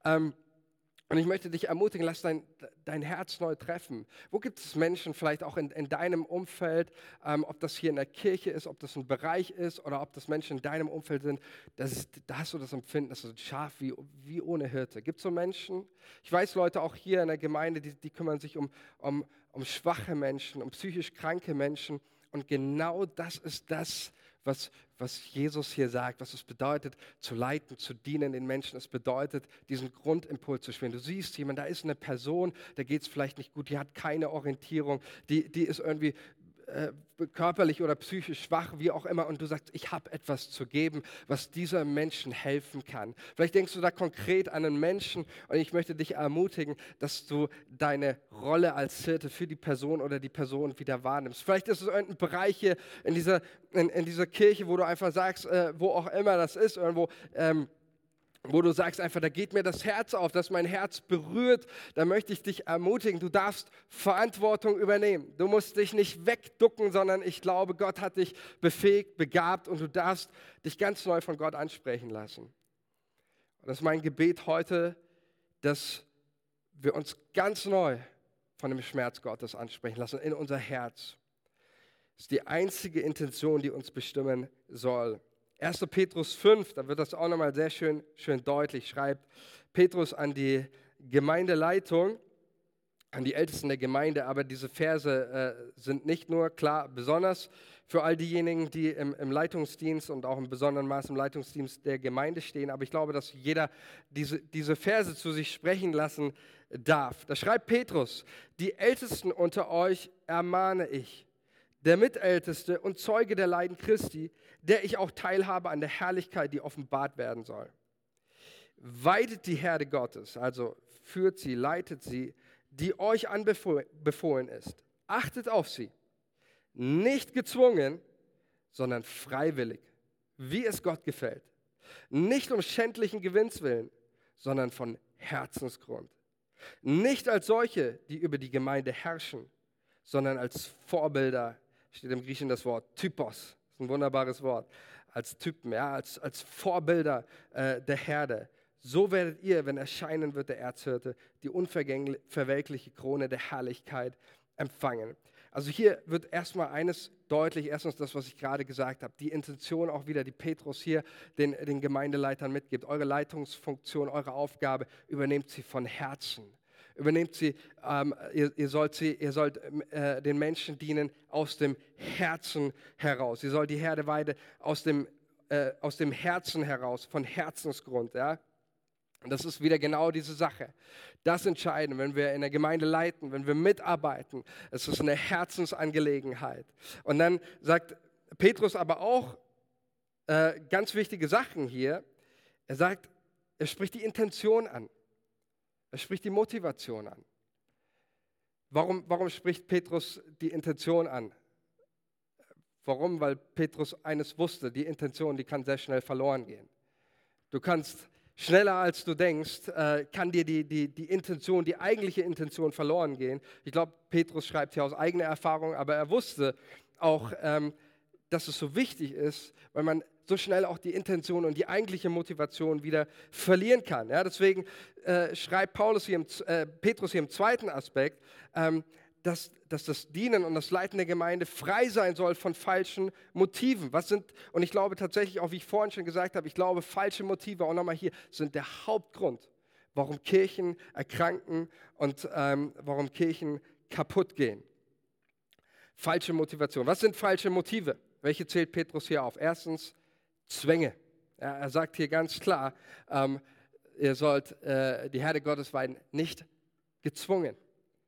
Und ich möchte dich ermutigen, lass dein Herz neu treffen. Wo gibt es Menschen, vielleicht auch in deinem Umfeld, ob das hier in der Kirche ist, ob das ein Bereich ist oder ob das Menschen in deinem Umfeld sind, da hast du das Empfinden, das ist ein Schaf wie ohne Hirte. Gibt es so Menschen? Ich weiß, Leute auch hier in der Gemeinde, die kümmern sich um schwache Menschen, um psychisch kranke Menschen. Und genau das ist das, was Jesus hier sagt, was es bedeutet, zu leiten, zu dienen den Menschen. Es bedeutet, diesen Grundimpuls zu spüren. Du siehst jemanden, da ist eine Person, der geht es vielleicht nicht gut, die hat keine Orientierung, die ist irgendwie körperlich oder psychisch schwach, wie auch immer, und du sagst, ich habe etwas zu geben, was dieser Menschen helfen kann. Vielleicht denkst du da konkret an einen Menschen und ich möchte dich ermutigen, dass du deine Rolle als Hirte für die Person oder die Person wieder wahrnimmst. Vielleicht ist es irgendein Bereich hier in dieser Kirche, wo du einfach sagst, wo auch immer das ist, irgendwo, wo du sagst einfach, da geht mir das Herz auf, dass mein Herz berührt, da möchte ich dich ermutigen, du darfst Verantwortung übernehmen. Du musst dich nicht wegducken, sondern ich glaube, Gott hat dich befähigt, begabt und du darfst dich ganz neu von Gott ansprechen lassen. Und das ist mein Gebet heute, dass wir uns ganz neu von dem Schmerz Gottes ansprechen lassen, in unser Herz. Das ist die einzige Intention, die uns bestimmen soll. 1. Petrus 5, da wird das auch nochmal sehr schön deutlich, schreibt Petrus an die Gemeindeleitung, an die Ältesten der Gemeinde, aber diese Verse sind nicht nur klar, besonders für all diejenigen, die im Leitungsdienst und auch im besonderen Maß im Leitungsdienst der Gemeinde stehen, aber ich glaube, dass jeder diese Verse zu sich sprechen lassen darf. Da schreibt Petrus, die Ältesten unter euch ermahne ich, der Mitälteste und Zeuge der Leiden Christi, der ich auch teilhabe an der Herrlichkeit, die offenbart werden soll. Weidet die Herde Gottes, also führt sie, leitet sie, die euch anbefohlen ist. Achtet auf sie, nicht gezwungen, sondern freiwillig, wie es Gott gefällt. Nicht um schändlichen Gewinns willen, sondern von Herzensgrund. Nicht als solche, die über die Gemeinde herrschen, sondern als Vorbilder, steht im Griechischen das Wort Typos, das ist ein wunderbares Wort, als Typen, ja, als Vorbilder der Herde. So werdet ihr, wenn erscheinen wird der Erzhirte, die unverwelkliche Krone der Herrlichkeit empfangen. Also hier wird erstmal eines deutlich, erstens das, was ich gerade gesagt habe, die Intention auch wieder, die Petrus hier den Gemeindeleitern mitgibt. Eure Leitungsfunktion, eure Aufgabe, übernehmt sie von Herzen. Übernehmt sie, ihr sollt den Menschen dienen aus dem Herzen heraus. Ihr sollt die Herde weiden aus dem Herzen heraus, von Herzensgrund. Ja? Und das ist wieder genau diese Sache. Das Entscheidende, wenn wir in der Gemeinde leiten, wenn wir mitarbeiten, es ist eine Herzensangelegenheit. Und dann sagt Petrus aber auch ganz wichtige Sachen hier. Er spricht die Intention an. Er spricht die Motivation an. Warum spricht Petrus die Intention an? Warum? Weil Petrus eines wusste, die Intention, die kann sehr schnell verloren gehen. Du kannst schneller als du denkst, kann dir die Intention, die eigentliche Intention verloren gehen. Ich glaube, Petrus schreibt hier aus eigener Erfahrung, aber er wusste auch, dass es so wichtig ist, weil man so schnell auch die Intention und die eigentliche Motivation wieder verlieren kann. Ja, deswegen schreibt Petrus hier im zweiten Aspekt, dass das Dienen und das Leiten der Gemeinde frei sein soll von falschen Motiven. Und ich glaube tatsächlich, auch wie ich vorhin schon gesagt habe, ich glaube, falsche Motive, auch nochmal hier, sind der Hauptgrund, warum Kirchen erkranken und warum Kirchen kaputt gehen. Falsche Motivation. Was sind falsche Motive? Welche zählt Petrus hier auf? Erstens, Zwänge. Ja, er sagt hier ganz klar, ihr sollt die Herde Gottes weiden, nicht gezwungen.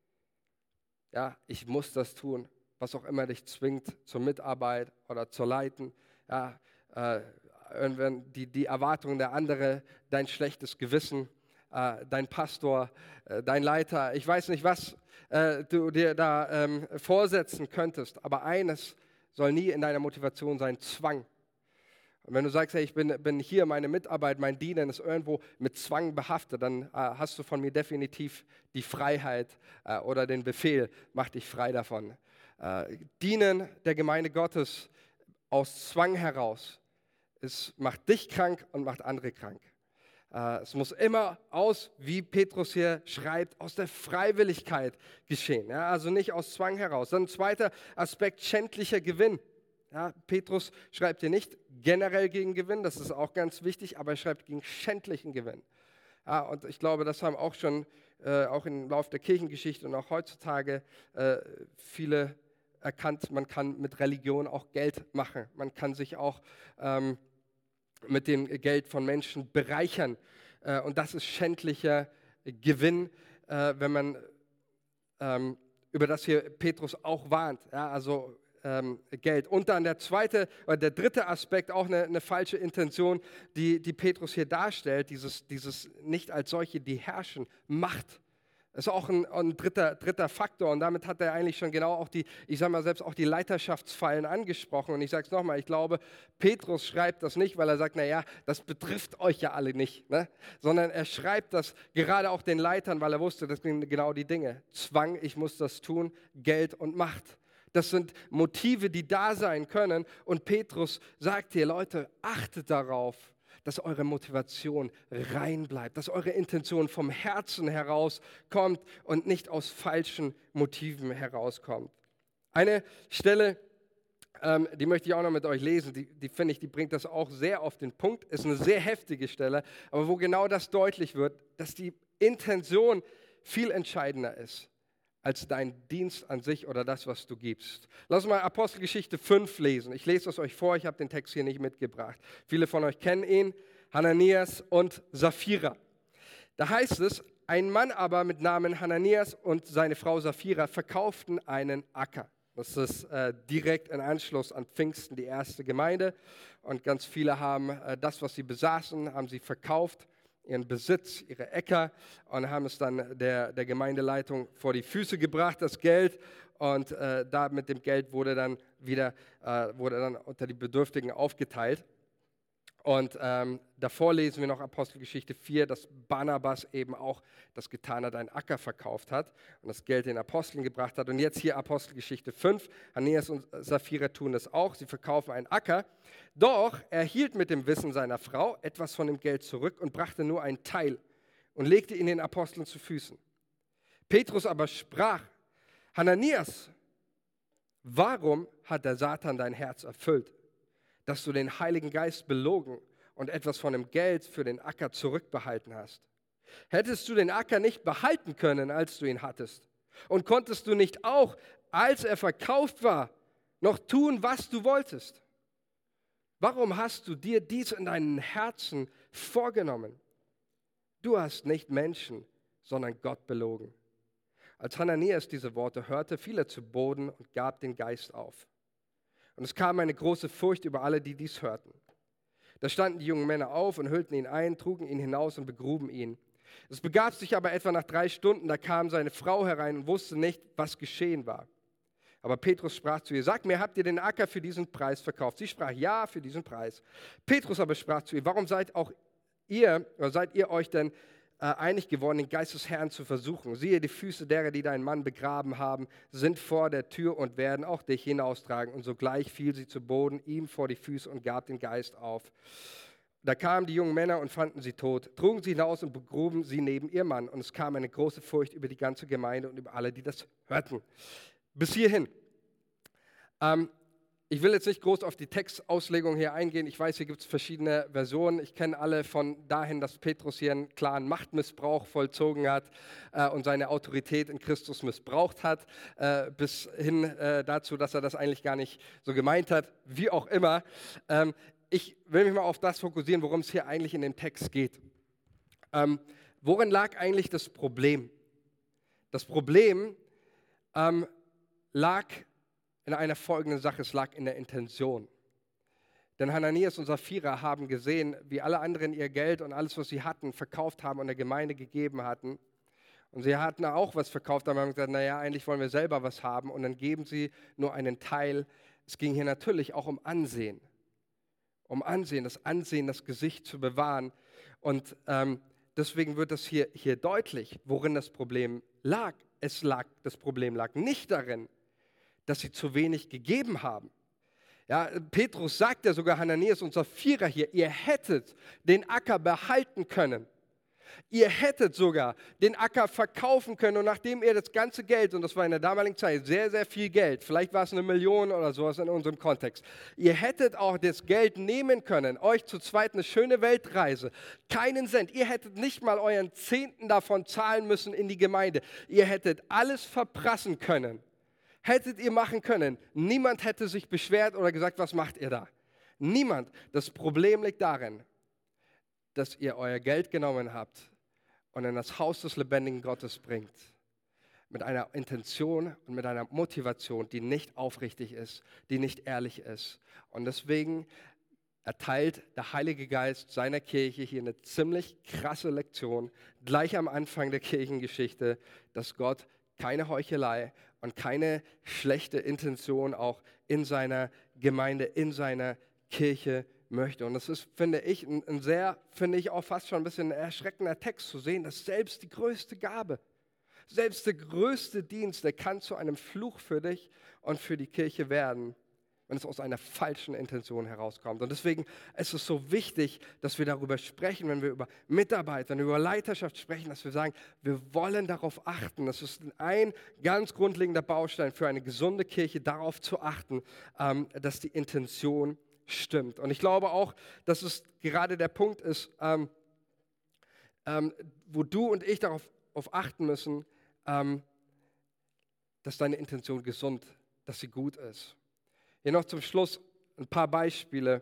Ja, ich muss das tun, was auch immer dich zwingt zur Mitarbeit oder zur Leiten. Ja, irgendwann die Erwartungen der anderen, dein schlechtes Gewissen, dein Pastor, dein Leiter, ich weiß nicht, was du dir da vorsetzen könntest, aber eines soll nie in deiner Motivation sein, Zwang. Und wenn du sagst, hey, ich bin hier, meine Mitarbeit, mein Dienen ist irgendwo mit Zwang behaftet, dann hast du von mir definitiv die Freiheit oder den Befehl, mach dich frei davon. Dienen der Gemeinde Gottes aus Zwang heraus, macht dich krank und macht andere krank. Es muss immer wie Petrus hier schreibt, aus der Freiwilligkeit geschehen, ja, also nicht aus Zwang heraus. Dann ein zweiter Aspekt, schändlicher Gewinn. Ja, Petrus schreibt hier nicht generell gegen Gewinn, das ist auch ganz wichtig, aber er schreibt gegen schändlichen Gewinn. Ja, und ich glaube, das haben auch schon, auch im Laufe der Kirchengeschichte und auch heutzutage viele erkannt, man kann mit Religion auch Geld machen. Man kann sich auch mit dem Geld von Menschen bereichern. Und das ist schändlicher Gewinn, wenn man über das hier Petrus auch warnt. Ja, also Geld. Und dann der dritte Aspekt, auch eine falsche Intention, die Petrus hier darstellt, dieses nicht als solche, die herrschen, Macht. Das ist auch ein dritter Faktor und damit hat er eigentlich schon genau auch selbst auch die Leiterschaftsfallen angesprochen. Und ich sage es nochmal, ich glaube, Petrus schreibt das nicht, weil er sagt, naja, das betrifft euch ja alle nicht, ne? Sondern er schreibt das gerade auch den Leitern, weil er wusste, das sind genau die Dinge. Zwang, ich muss das tun, Geld und Macht. Das sind Motive, die da sein können. Und Petrus sagt hier, Leute, achtet darauf, dass eure Motivation rein bleibt, dass eure Intention vom Herzen herauskommt und nicht aus falschen Motiven herauskommt. Eine Stelle, die möchte ich auch noch mit euch lesen, die finde ich, die bringt das auch sehr auf den Punkt, ist eine sehr heftige Stelle, aber wo genau das deutlich wird, dass die Intention viel entscheidender ist als dein Dienst an sich oder das, was du gibst. Lass uns mal Apostelgeschichte 5 lesen. Ich lese es euch vor, ich habe den Text hier nicht mitgebracht. Viele von euch kennen ihn, Hananias und Sapphira. Da heißt es, ein Mann aber mit Namen Hananias und seine Frau Sapphira verkauften einen Acker. Das ist direkt in Anschluss an Pfingsten die erste Gemeinde. Und ganz viele haben das, was sie besaßen, haben sie verkauft, ihren Besitz, ihre Äcker und haben es dann der Gemeindeleitung vor die Füße gebracht, das Geld. Und da mit dem Geld wurde dann unter die Bedürftigen aufgeteilt. Und davor lesen wir noch Apostelgeschichte 4, dass Barnabas eben auch das getan hat, einen Acker verkauft hat und das Geld den Aposteln gebracht hat. Und jetzt hier Apostelgeschichte 5, Hananias und Sapphira tun das auch, sie verkaufen einen Acker. Doch er hielt mit dem Wissen seiner Frau etwas von dem Geld zurück und brachte nur einen Teil und legte ihn den Aposteln zu Füßen. Petrus aber sprach, Hananias, warum hat der Satan dein Herz erfüllt, dass du den Heiligen Geist belogen und etwas von dem Geld für den Acker zurückbehalten hast? Hättest du den Acker nicht behalten können, als du ihn hattest? Und konntest du nicht auch, als er verkauft war, noch tun, was du wolltest? Warum hast du dir dies in deinem Herzen vorgenommen? Du hast nicht Menschen, sondern Gott belogen. Als Hananias diese Worte hörte, fiel er zu Boden und gab den Geist auf. Und es kam eine große Furcht über alle, die dies hörten. Da standen die jungen Männer auf und hüllten ihn ein, trugen ihn hinaus und begruben ihn. Es begab sich aber etwa nach 3 Stunden, da kam seine Frau herein und wusste nicht, was geschehen war. Aber Petrus sprach zu ihr, sag mir, habt ihr den Acker für diesen Preis verkauft? Sie sprach, ja, für diesen Preis. Petrus aber sprach zu ihr, warum seid ihr euch denn einig geworden, den Geist des Herrn zu versuchen? Siehe, die Füße derer, die deinen Mann begraben haben, sind vor der Tür und werden auch dich hinaustragen. Und sogleich fiel sie zu Boden, ihm vor die Füße und gab den Geist auf. Da kamen die jungen Männer und fanden sie tot, trugen sie hinaus und begruben sie neben ihr Mann. Und es kam eine große Furcht über die ganze Gemeinde und über alle, die das hörten. Bis hierhin. Ich will jetzt nicht groß auf die Textauslegung hier eingehen. Ich weiß, hier gibt es verschiedene Versionen. Ich kenne alle von dahin, dass Petrus hier einen klaren Machtmissbrauch vollzogen hat und seine Autorität in Christus missbraucht hat, bis hin dazu, dass er das eigentlich gar nicht so gemeint hat. Wie auch immer. Ich will mich mal auf das fokussieren, worum es hier eigentlich in dem Text geht. Worin lag eigentlich das Problem? Das Problem lag in einer folgenden Sache, es lag in der Intention. Denn Hananias und Sapphira haben gesehen, wie alle anderen ihr Geld und alles, was sie hatten, verkauft haben und der Gemeinde gegeben hatten. Und sie hatten auch was verkauft, aber haben gesagt, naja, eigentlich wollen wir selber was haben. Und dann geben sie nur einen Teil. Es ging hier natürlich auch um Ansehen. Um Ansehen, das Gesicht zu bewahren. Und deswegen wird das hier deutlich, worin das Problem lag. Das Problem lag nicht darin, dass sie zu wenig gegeben haben. Ja, Petrus sagt ja sogar Hananias und Sapphira hier, ihr hättet den Acker behalten können. Ihr hättet sogar den Acker verkaufen können und nachdem ihr das ganze Geld, und das war in der damaligen Zeit sehr, sehr viel Geld, vielleicht war es 1 Million oder sowas in unserem Kontext, ihr hättet auch das Geld nehmen können, euch zu zweit eine schöne Weltreise, keinen Cent, ihr hättet nicht mal euren Zehnten davon zahlen müssen in die Gemeinde, ihr hättet alles verprassen können. Hättet ihr machen können. Niemand hätte sich beschwert oder gesagt, was macht ihr da? Niemand. Das Problem liegt darin, dass ihr euer Geld genommen habt und in das Haus des lebendigen Gottes bringt. mit einer Intention und mit einer Motivation, die nicht aufrichtig ist, die nicht ehrlich ist. Und deswegen erteilt der Heilige Geist seiner Kirche hier eine ziemlich krasse Lektion, gleich am Anfang der Kirchengeschichte, dass Gott keine Heuchelei und keine schlechte Intention auch in seiner Gemeinde, in seiner Kirche möchte. Und das ist, finde ich, ein sehr, finde ich auch fast schon ein bisschen erschreckender Text zu sehen, dass selbst die größte Gabe, selbst der größte Dienst, der kann zu einem Fluch für dich und für die Kirche werden, wenn es aus einer falschen Intention herauskommt. Und deswegen ist es so wichtig, dass wir darüber sprechen, wenn wir über Mitarbeit, wenn wir über Leiterschaft sprechen, dass wir sagen, wir wollen darauf achten. Das ist ein ganz grundlegender Baustein für eine gesunde Kirche, darauf zu achten, dass die Intention stimmt. Und ich glaube auch, dass es gerade der Punkt ist, wo du und ich darauf achten müssen, dass deine Intention gesund, dass sie gut ist. Hier noch zum Schluss ein paar Beispiele,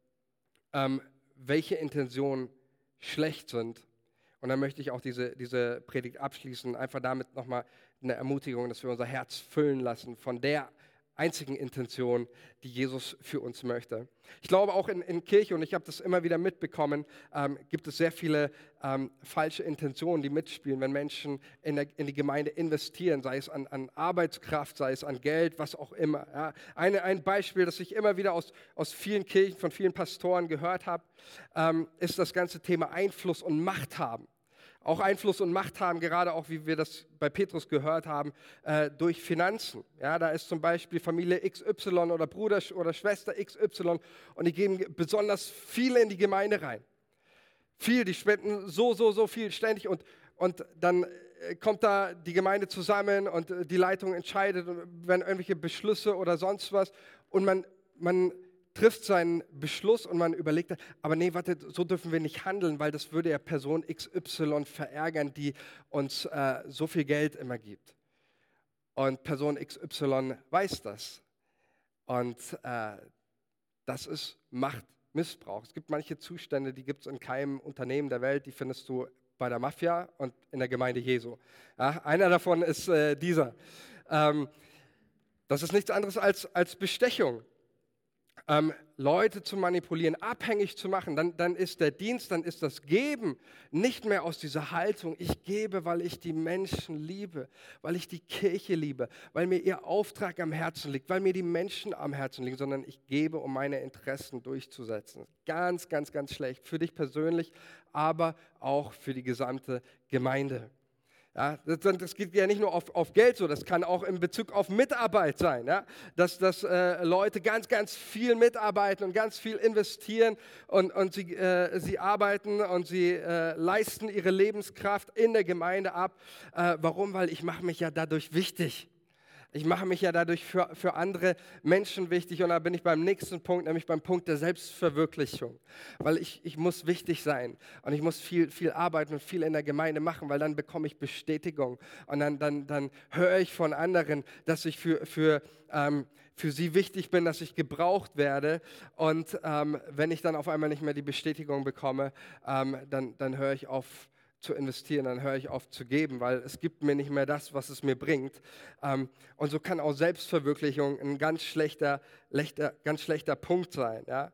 welche Intentionen schlecht sind. Und dann möchte ich auch diese Predigt abschließen, einfach damit nochmal eine Ermutigung, dass wir unser Herz füllen lassen von der einzigen Intention, die Jesus für uns möchte. Ich glaube auch in Kirche, und ich habe das immer wieder mitbekommen, gibt es sehr viele falsche Intentionen, die mitspielen, wenn Menschen in die Gemeinde investieren, sei es an Arbeitskraft, sei es an Geld, was auch immer. Ja. Ein Beispiel, das ich immer wieder aus vielen Kirchen, von vielen Pastoren gehört habe, ist das ganze Thema Einfluss und Macht haben. Auch Einfluss und Macht haben, gerade auch, wie wir das bei Petrus gehört haben, durch Finanzen. Ja, da ist zum Beispiel Familie XY oder Bruder oder Schwester XY und die geben besonders viel in die Gemeinde rein. Viel, die spenden so viel ständig und dann kommt da die Gemeinde zusammen und die Leitung entscheidet, wenn irgendwelche Beschlüsse oder sonst was und man trifft seinen Beschluss und man überlegt, aber nee, warte, so dürfen wir nicht handeln, weil das würde ja Person XY verärgern, die uns so viel Geld immer gibt. Und Person XY weiß das. Und das ist Machtmissbrauch. Es gibt manche Zustände, die gibt es in keinem Unternehmen der Welt, die findest du bei der Mafia und in der Gemeinde Jesu. Ja, einer davon ist dieser. Das ist nichts anderes als Bestechung. Leute zu manipulieren, abhängig zu machen, dann ist der Dienst, dann ist das Geben nicht mehr aus dieser Haltung, ich gebe, weil ich die Menschen liebe, weil ich die Kirche liebe, weil mir ihr Auftrag am Herzen liegt, weil mir die Menschen am Herzen liegen, sondern ich gebe, um meine Interessen durchzusetzen. Ganz, ganz, ganz schlecht für dich persönlich, aber auch für die gesamte Gemeinde. Ja, das geht ja nicht nur auf Geld so, das kann auch in Bezug auf Mitarbeit sein, ja? dass Leute ganz, ganz viel mitarbeiten und ganz viel investieren und sie arbeiten und sie leisten ihre Lebenskraft in der Gemeinde ab. Warum? Weil ich mache mich ja dadurch wichtig. Ich mache mich ja dadurch für andere Menschen wichtig und da bin ich beim nächsten Punkt, nämlich beim Punkt der Selbstverwirklichung. Weil ich muss wichtig sein und ich muss viel arbeiten und viel in der Gemeinde machen, weil dann bekomme ich Bestätigung und dann höre ich von anderen, dass ich für sie wichtig bin, dass ich gebraucht werde und wenn ich dann auf einmal nicht mehr die Bestätigung bekomme, dann höre ich auf zu investieren, dann höre ich auf zu geben, weil es gibt mir nicht mehr das, was es mir bringt. Und so kann auch Selbstverwirklichung ein ganz schlechter Punkt sein. Ja?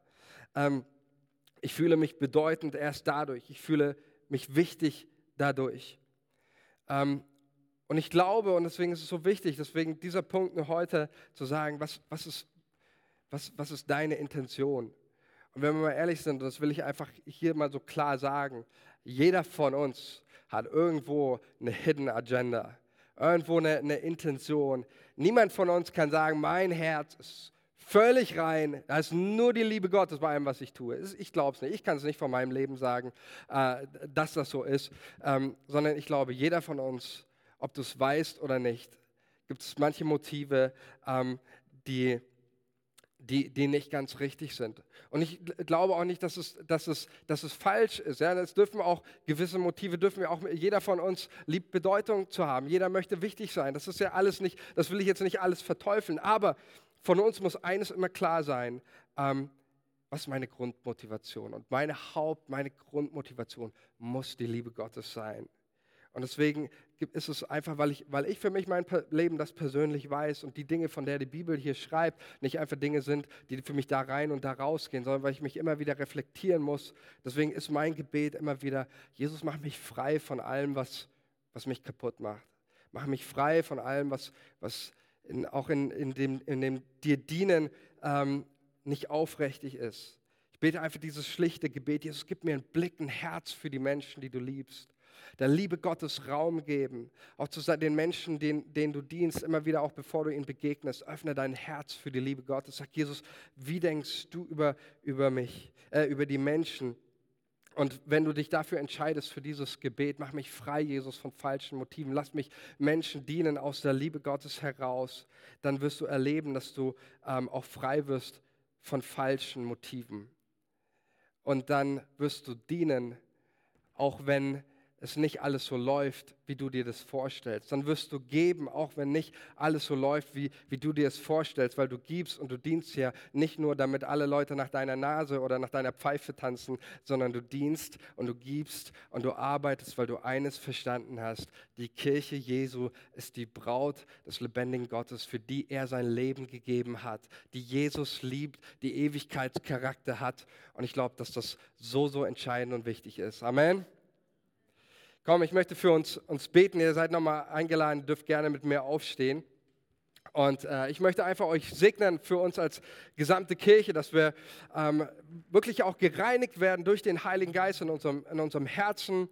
Ich fühle mich bedeutend erst dadurch. Ich fühle mich wichtig dadurch. Und ich glaube, und deswegen ist es so wichtig, deswegen dieser Punkt nur heute zu sagen, was ist deine Intention? Und wenn wir mal ehrlich sind, und das will ich einfach hier mal so klar sagen, jeder von uns hat irgendwo eine Hidden Agenda, irgendwo eine Intention. Niemand von uns kann sagen, mein Herz ist völlig rein, da ist nur die Liebe Gottes bei allem, was ich tue. Ich glaube es nicht, ich kann es nicht von meinem Leben sagen, dass das so ist, sondern ich glaube, jeder von uns, ob du es weißt oder nicht, gibt es manche Motive, die nicht ganz richtig sind. Und ich glaube auch nicht, dass es falsch ist. Ja? Es dürfen auch gewisse Motive, jeder von uns liebt Bedeutung zu haben. Jeder möchte wichtig sein. Das ist ja alles nicht, das will ich jetzt nicht alles verteufeln. Aber von uns muss eines immer klar sein, was ist meine Grundmotivation? Und meine Grundmotivation muss die Liebe Gottes sein. Und deswegen ist es einfach, weil ich für mich mein Leben das persönlich weiß und die Dinge, von der die Bibel hier schreibt, nicht einfach Dinge sind, die für mich da rein und da rausgehen, sondern weil ich mich immer wieder reflektieren muss. Deswegen ist mein Gebet immer wieder, Jesus, mach mich frei von allem, was mich kaputt macht. Mach mich frei von allem, was auch in dem dir dienen nicht aufrichtig ist. Ich bete einfach dieses schlichte Gebet, Jesus, gib mir einen Blick, ein Herz für die Menschen, die du liebst. Der Liebe Gottes Raum geben, auch zu den Menschen, denen du dienst, immer wieder auch bevor du ihnen begegnest, öffne dein Herz für die Liebe Gottes. Sag, Jesus, wie denkst du über mich, über die Menschen? Und wenn du dich dafür entscheidest, für dieses Gebet, mach mich frei, Jesus, von falschen Motiven. Lass mich Menschen dienen aus der Liebe Gottes heraus. Dann wirst du erleben, dass du auch frei wirst von falschen Motiven. Und dann wirst du dienen, auch wenn es nicht alles so läuft, wie du dir das vorstellst. Dann wirst du geben, auch wenn nicht alles so läuft, wie du dir es vorstellst, weil du gibst und du dienst ja nicht nur, damit alle Leute nach deiner Nase oder nach deiner Pfeife tanzen, sondern du dienst und du gibst und du arbeitest, weil du eines verstanden hast. Die Kirche Jesu ist die Braut des lebendigen Gottes, für die er sein Leben gegeben hat, die Jesus liebt, die Ewigkeitscharakter hat. Und ich glaube, dass das so entscheidend und wichtig ist. Amen. Komm, ich möchte für uns beten. Ihr seid nochmal eingeladen, dürft gerne mit mir aufstehen. Und ich möchte einfach euch segnen für uns als gesamte Kirche, dass wir wirklich auch gereinigt werden durch den Heiligen Geist in unserem Herzen,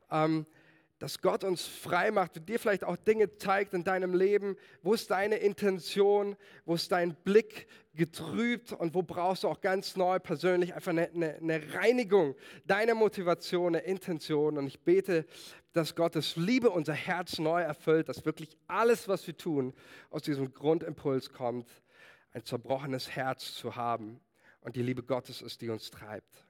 dass Gott uns frei macht, dir vielleicht auch Dinge zeigt in deinem Leben, wo ist deine Intention, wo ist dein Blick getrübt und wo brauchst du auch ganz neu persönlich einfach eine Reinigung deiner Motivation, eine Intention. Und ich bete, dass Gottes Liebe unser Herz neu erfüllt, dass wirklich alles, was wir tun, aus diesem Grundimpuls kommt, ein zerbrochenes Herz zu haben und die Liebe Gottes ist, die uns treibt.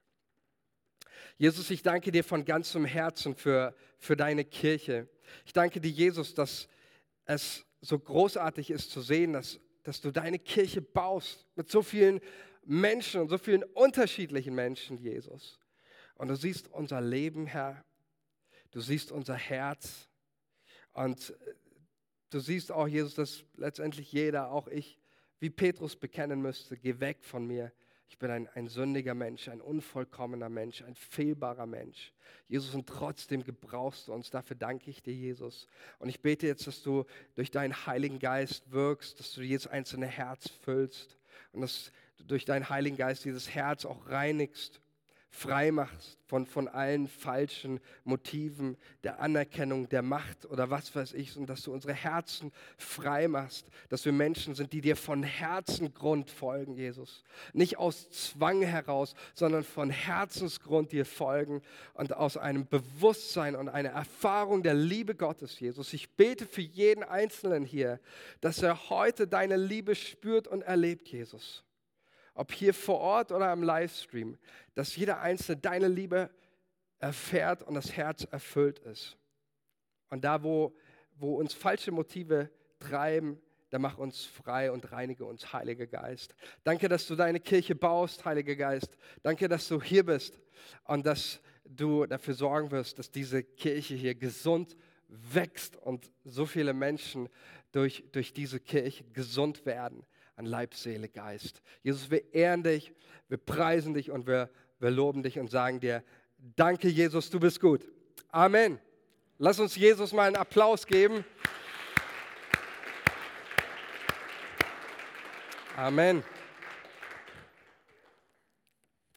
Jesus, ich danke dir von ganzem Herzen für deine Kirche. Ich danke dir, Jesus, dass es so großartig ist zu sehen, dass du deine Kirche baust mit so vielen Menschen und so vielen unterschiedlichen Menschen, Jesus. Und du siehst unser Leben, Herr. Du siehst unser Herz. Und du siehst auch, Jesus, dass letztendlich jeder, auch ich, wie Petrus bekennen müsste, geh weg von mir. Ich bin ein sündiger Mensch, ein unvollkommener Mensch, ein fehlbarer Mensch. Jesus, und trotzdem gebrauchst du uns. Dafür danke ich dir, Jesus. Und ich bete jetzt, dass du durch deinen Heiligen Geist wirkst, dass du jedes einzelne Herz füllst und dass du durch deinen Heiligen Geist dieses Herz auch reinigst, frei machst von allen falschen Motiven der Anerkennung, der Macht oder was weiß ich, und dass du unsere Herzen frei machst, dass wir Menschen sind, die dir von Herzensgrund folgen, Jesus. Nicht aus Zwang heraus, sondern von Herzensgrund dir folgen und aus einem Bewusstsein und einer Erfahrung der Liebe Gottes, Jesus. Ich bete für jeden Einzelnen hier, dass er heute deine Liebe spürt und erlebt, Jesus. Ob hier vor Ort oder am Livestream, dass jeder Einzelne deine Liebe erfährt und das Herz erfüllt ist. Und da, wo uns falsche Motive treiben, da mach uns frei und reinige uns, Heiliger Geist. Danke, dass du deine Kirche baust, Heiliger Geist. Danke, dass du hier bist und dass du dafür sorgen wirst, dass diese Kirche hier gesund wächst und so viele Menschen durch diese Kirche gesund werden. An Leib, Seele, Geist. Jesus, wir ehren dich, wir preisen dich und wir loben dich und sagen dir, danke Jesus, du bist gut. Amen. Lass uns Jesus mal einen Applaus geben. Amen.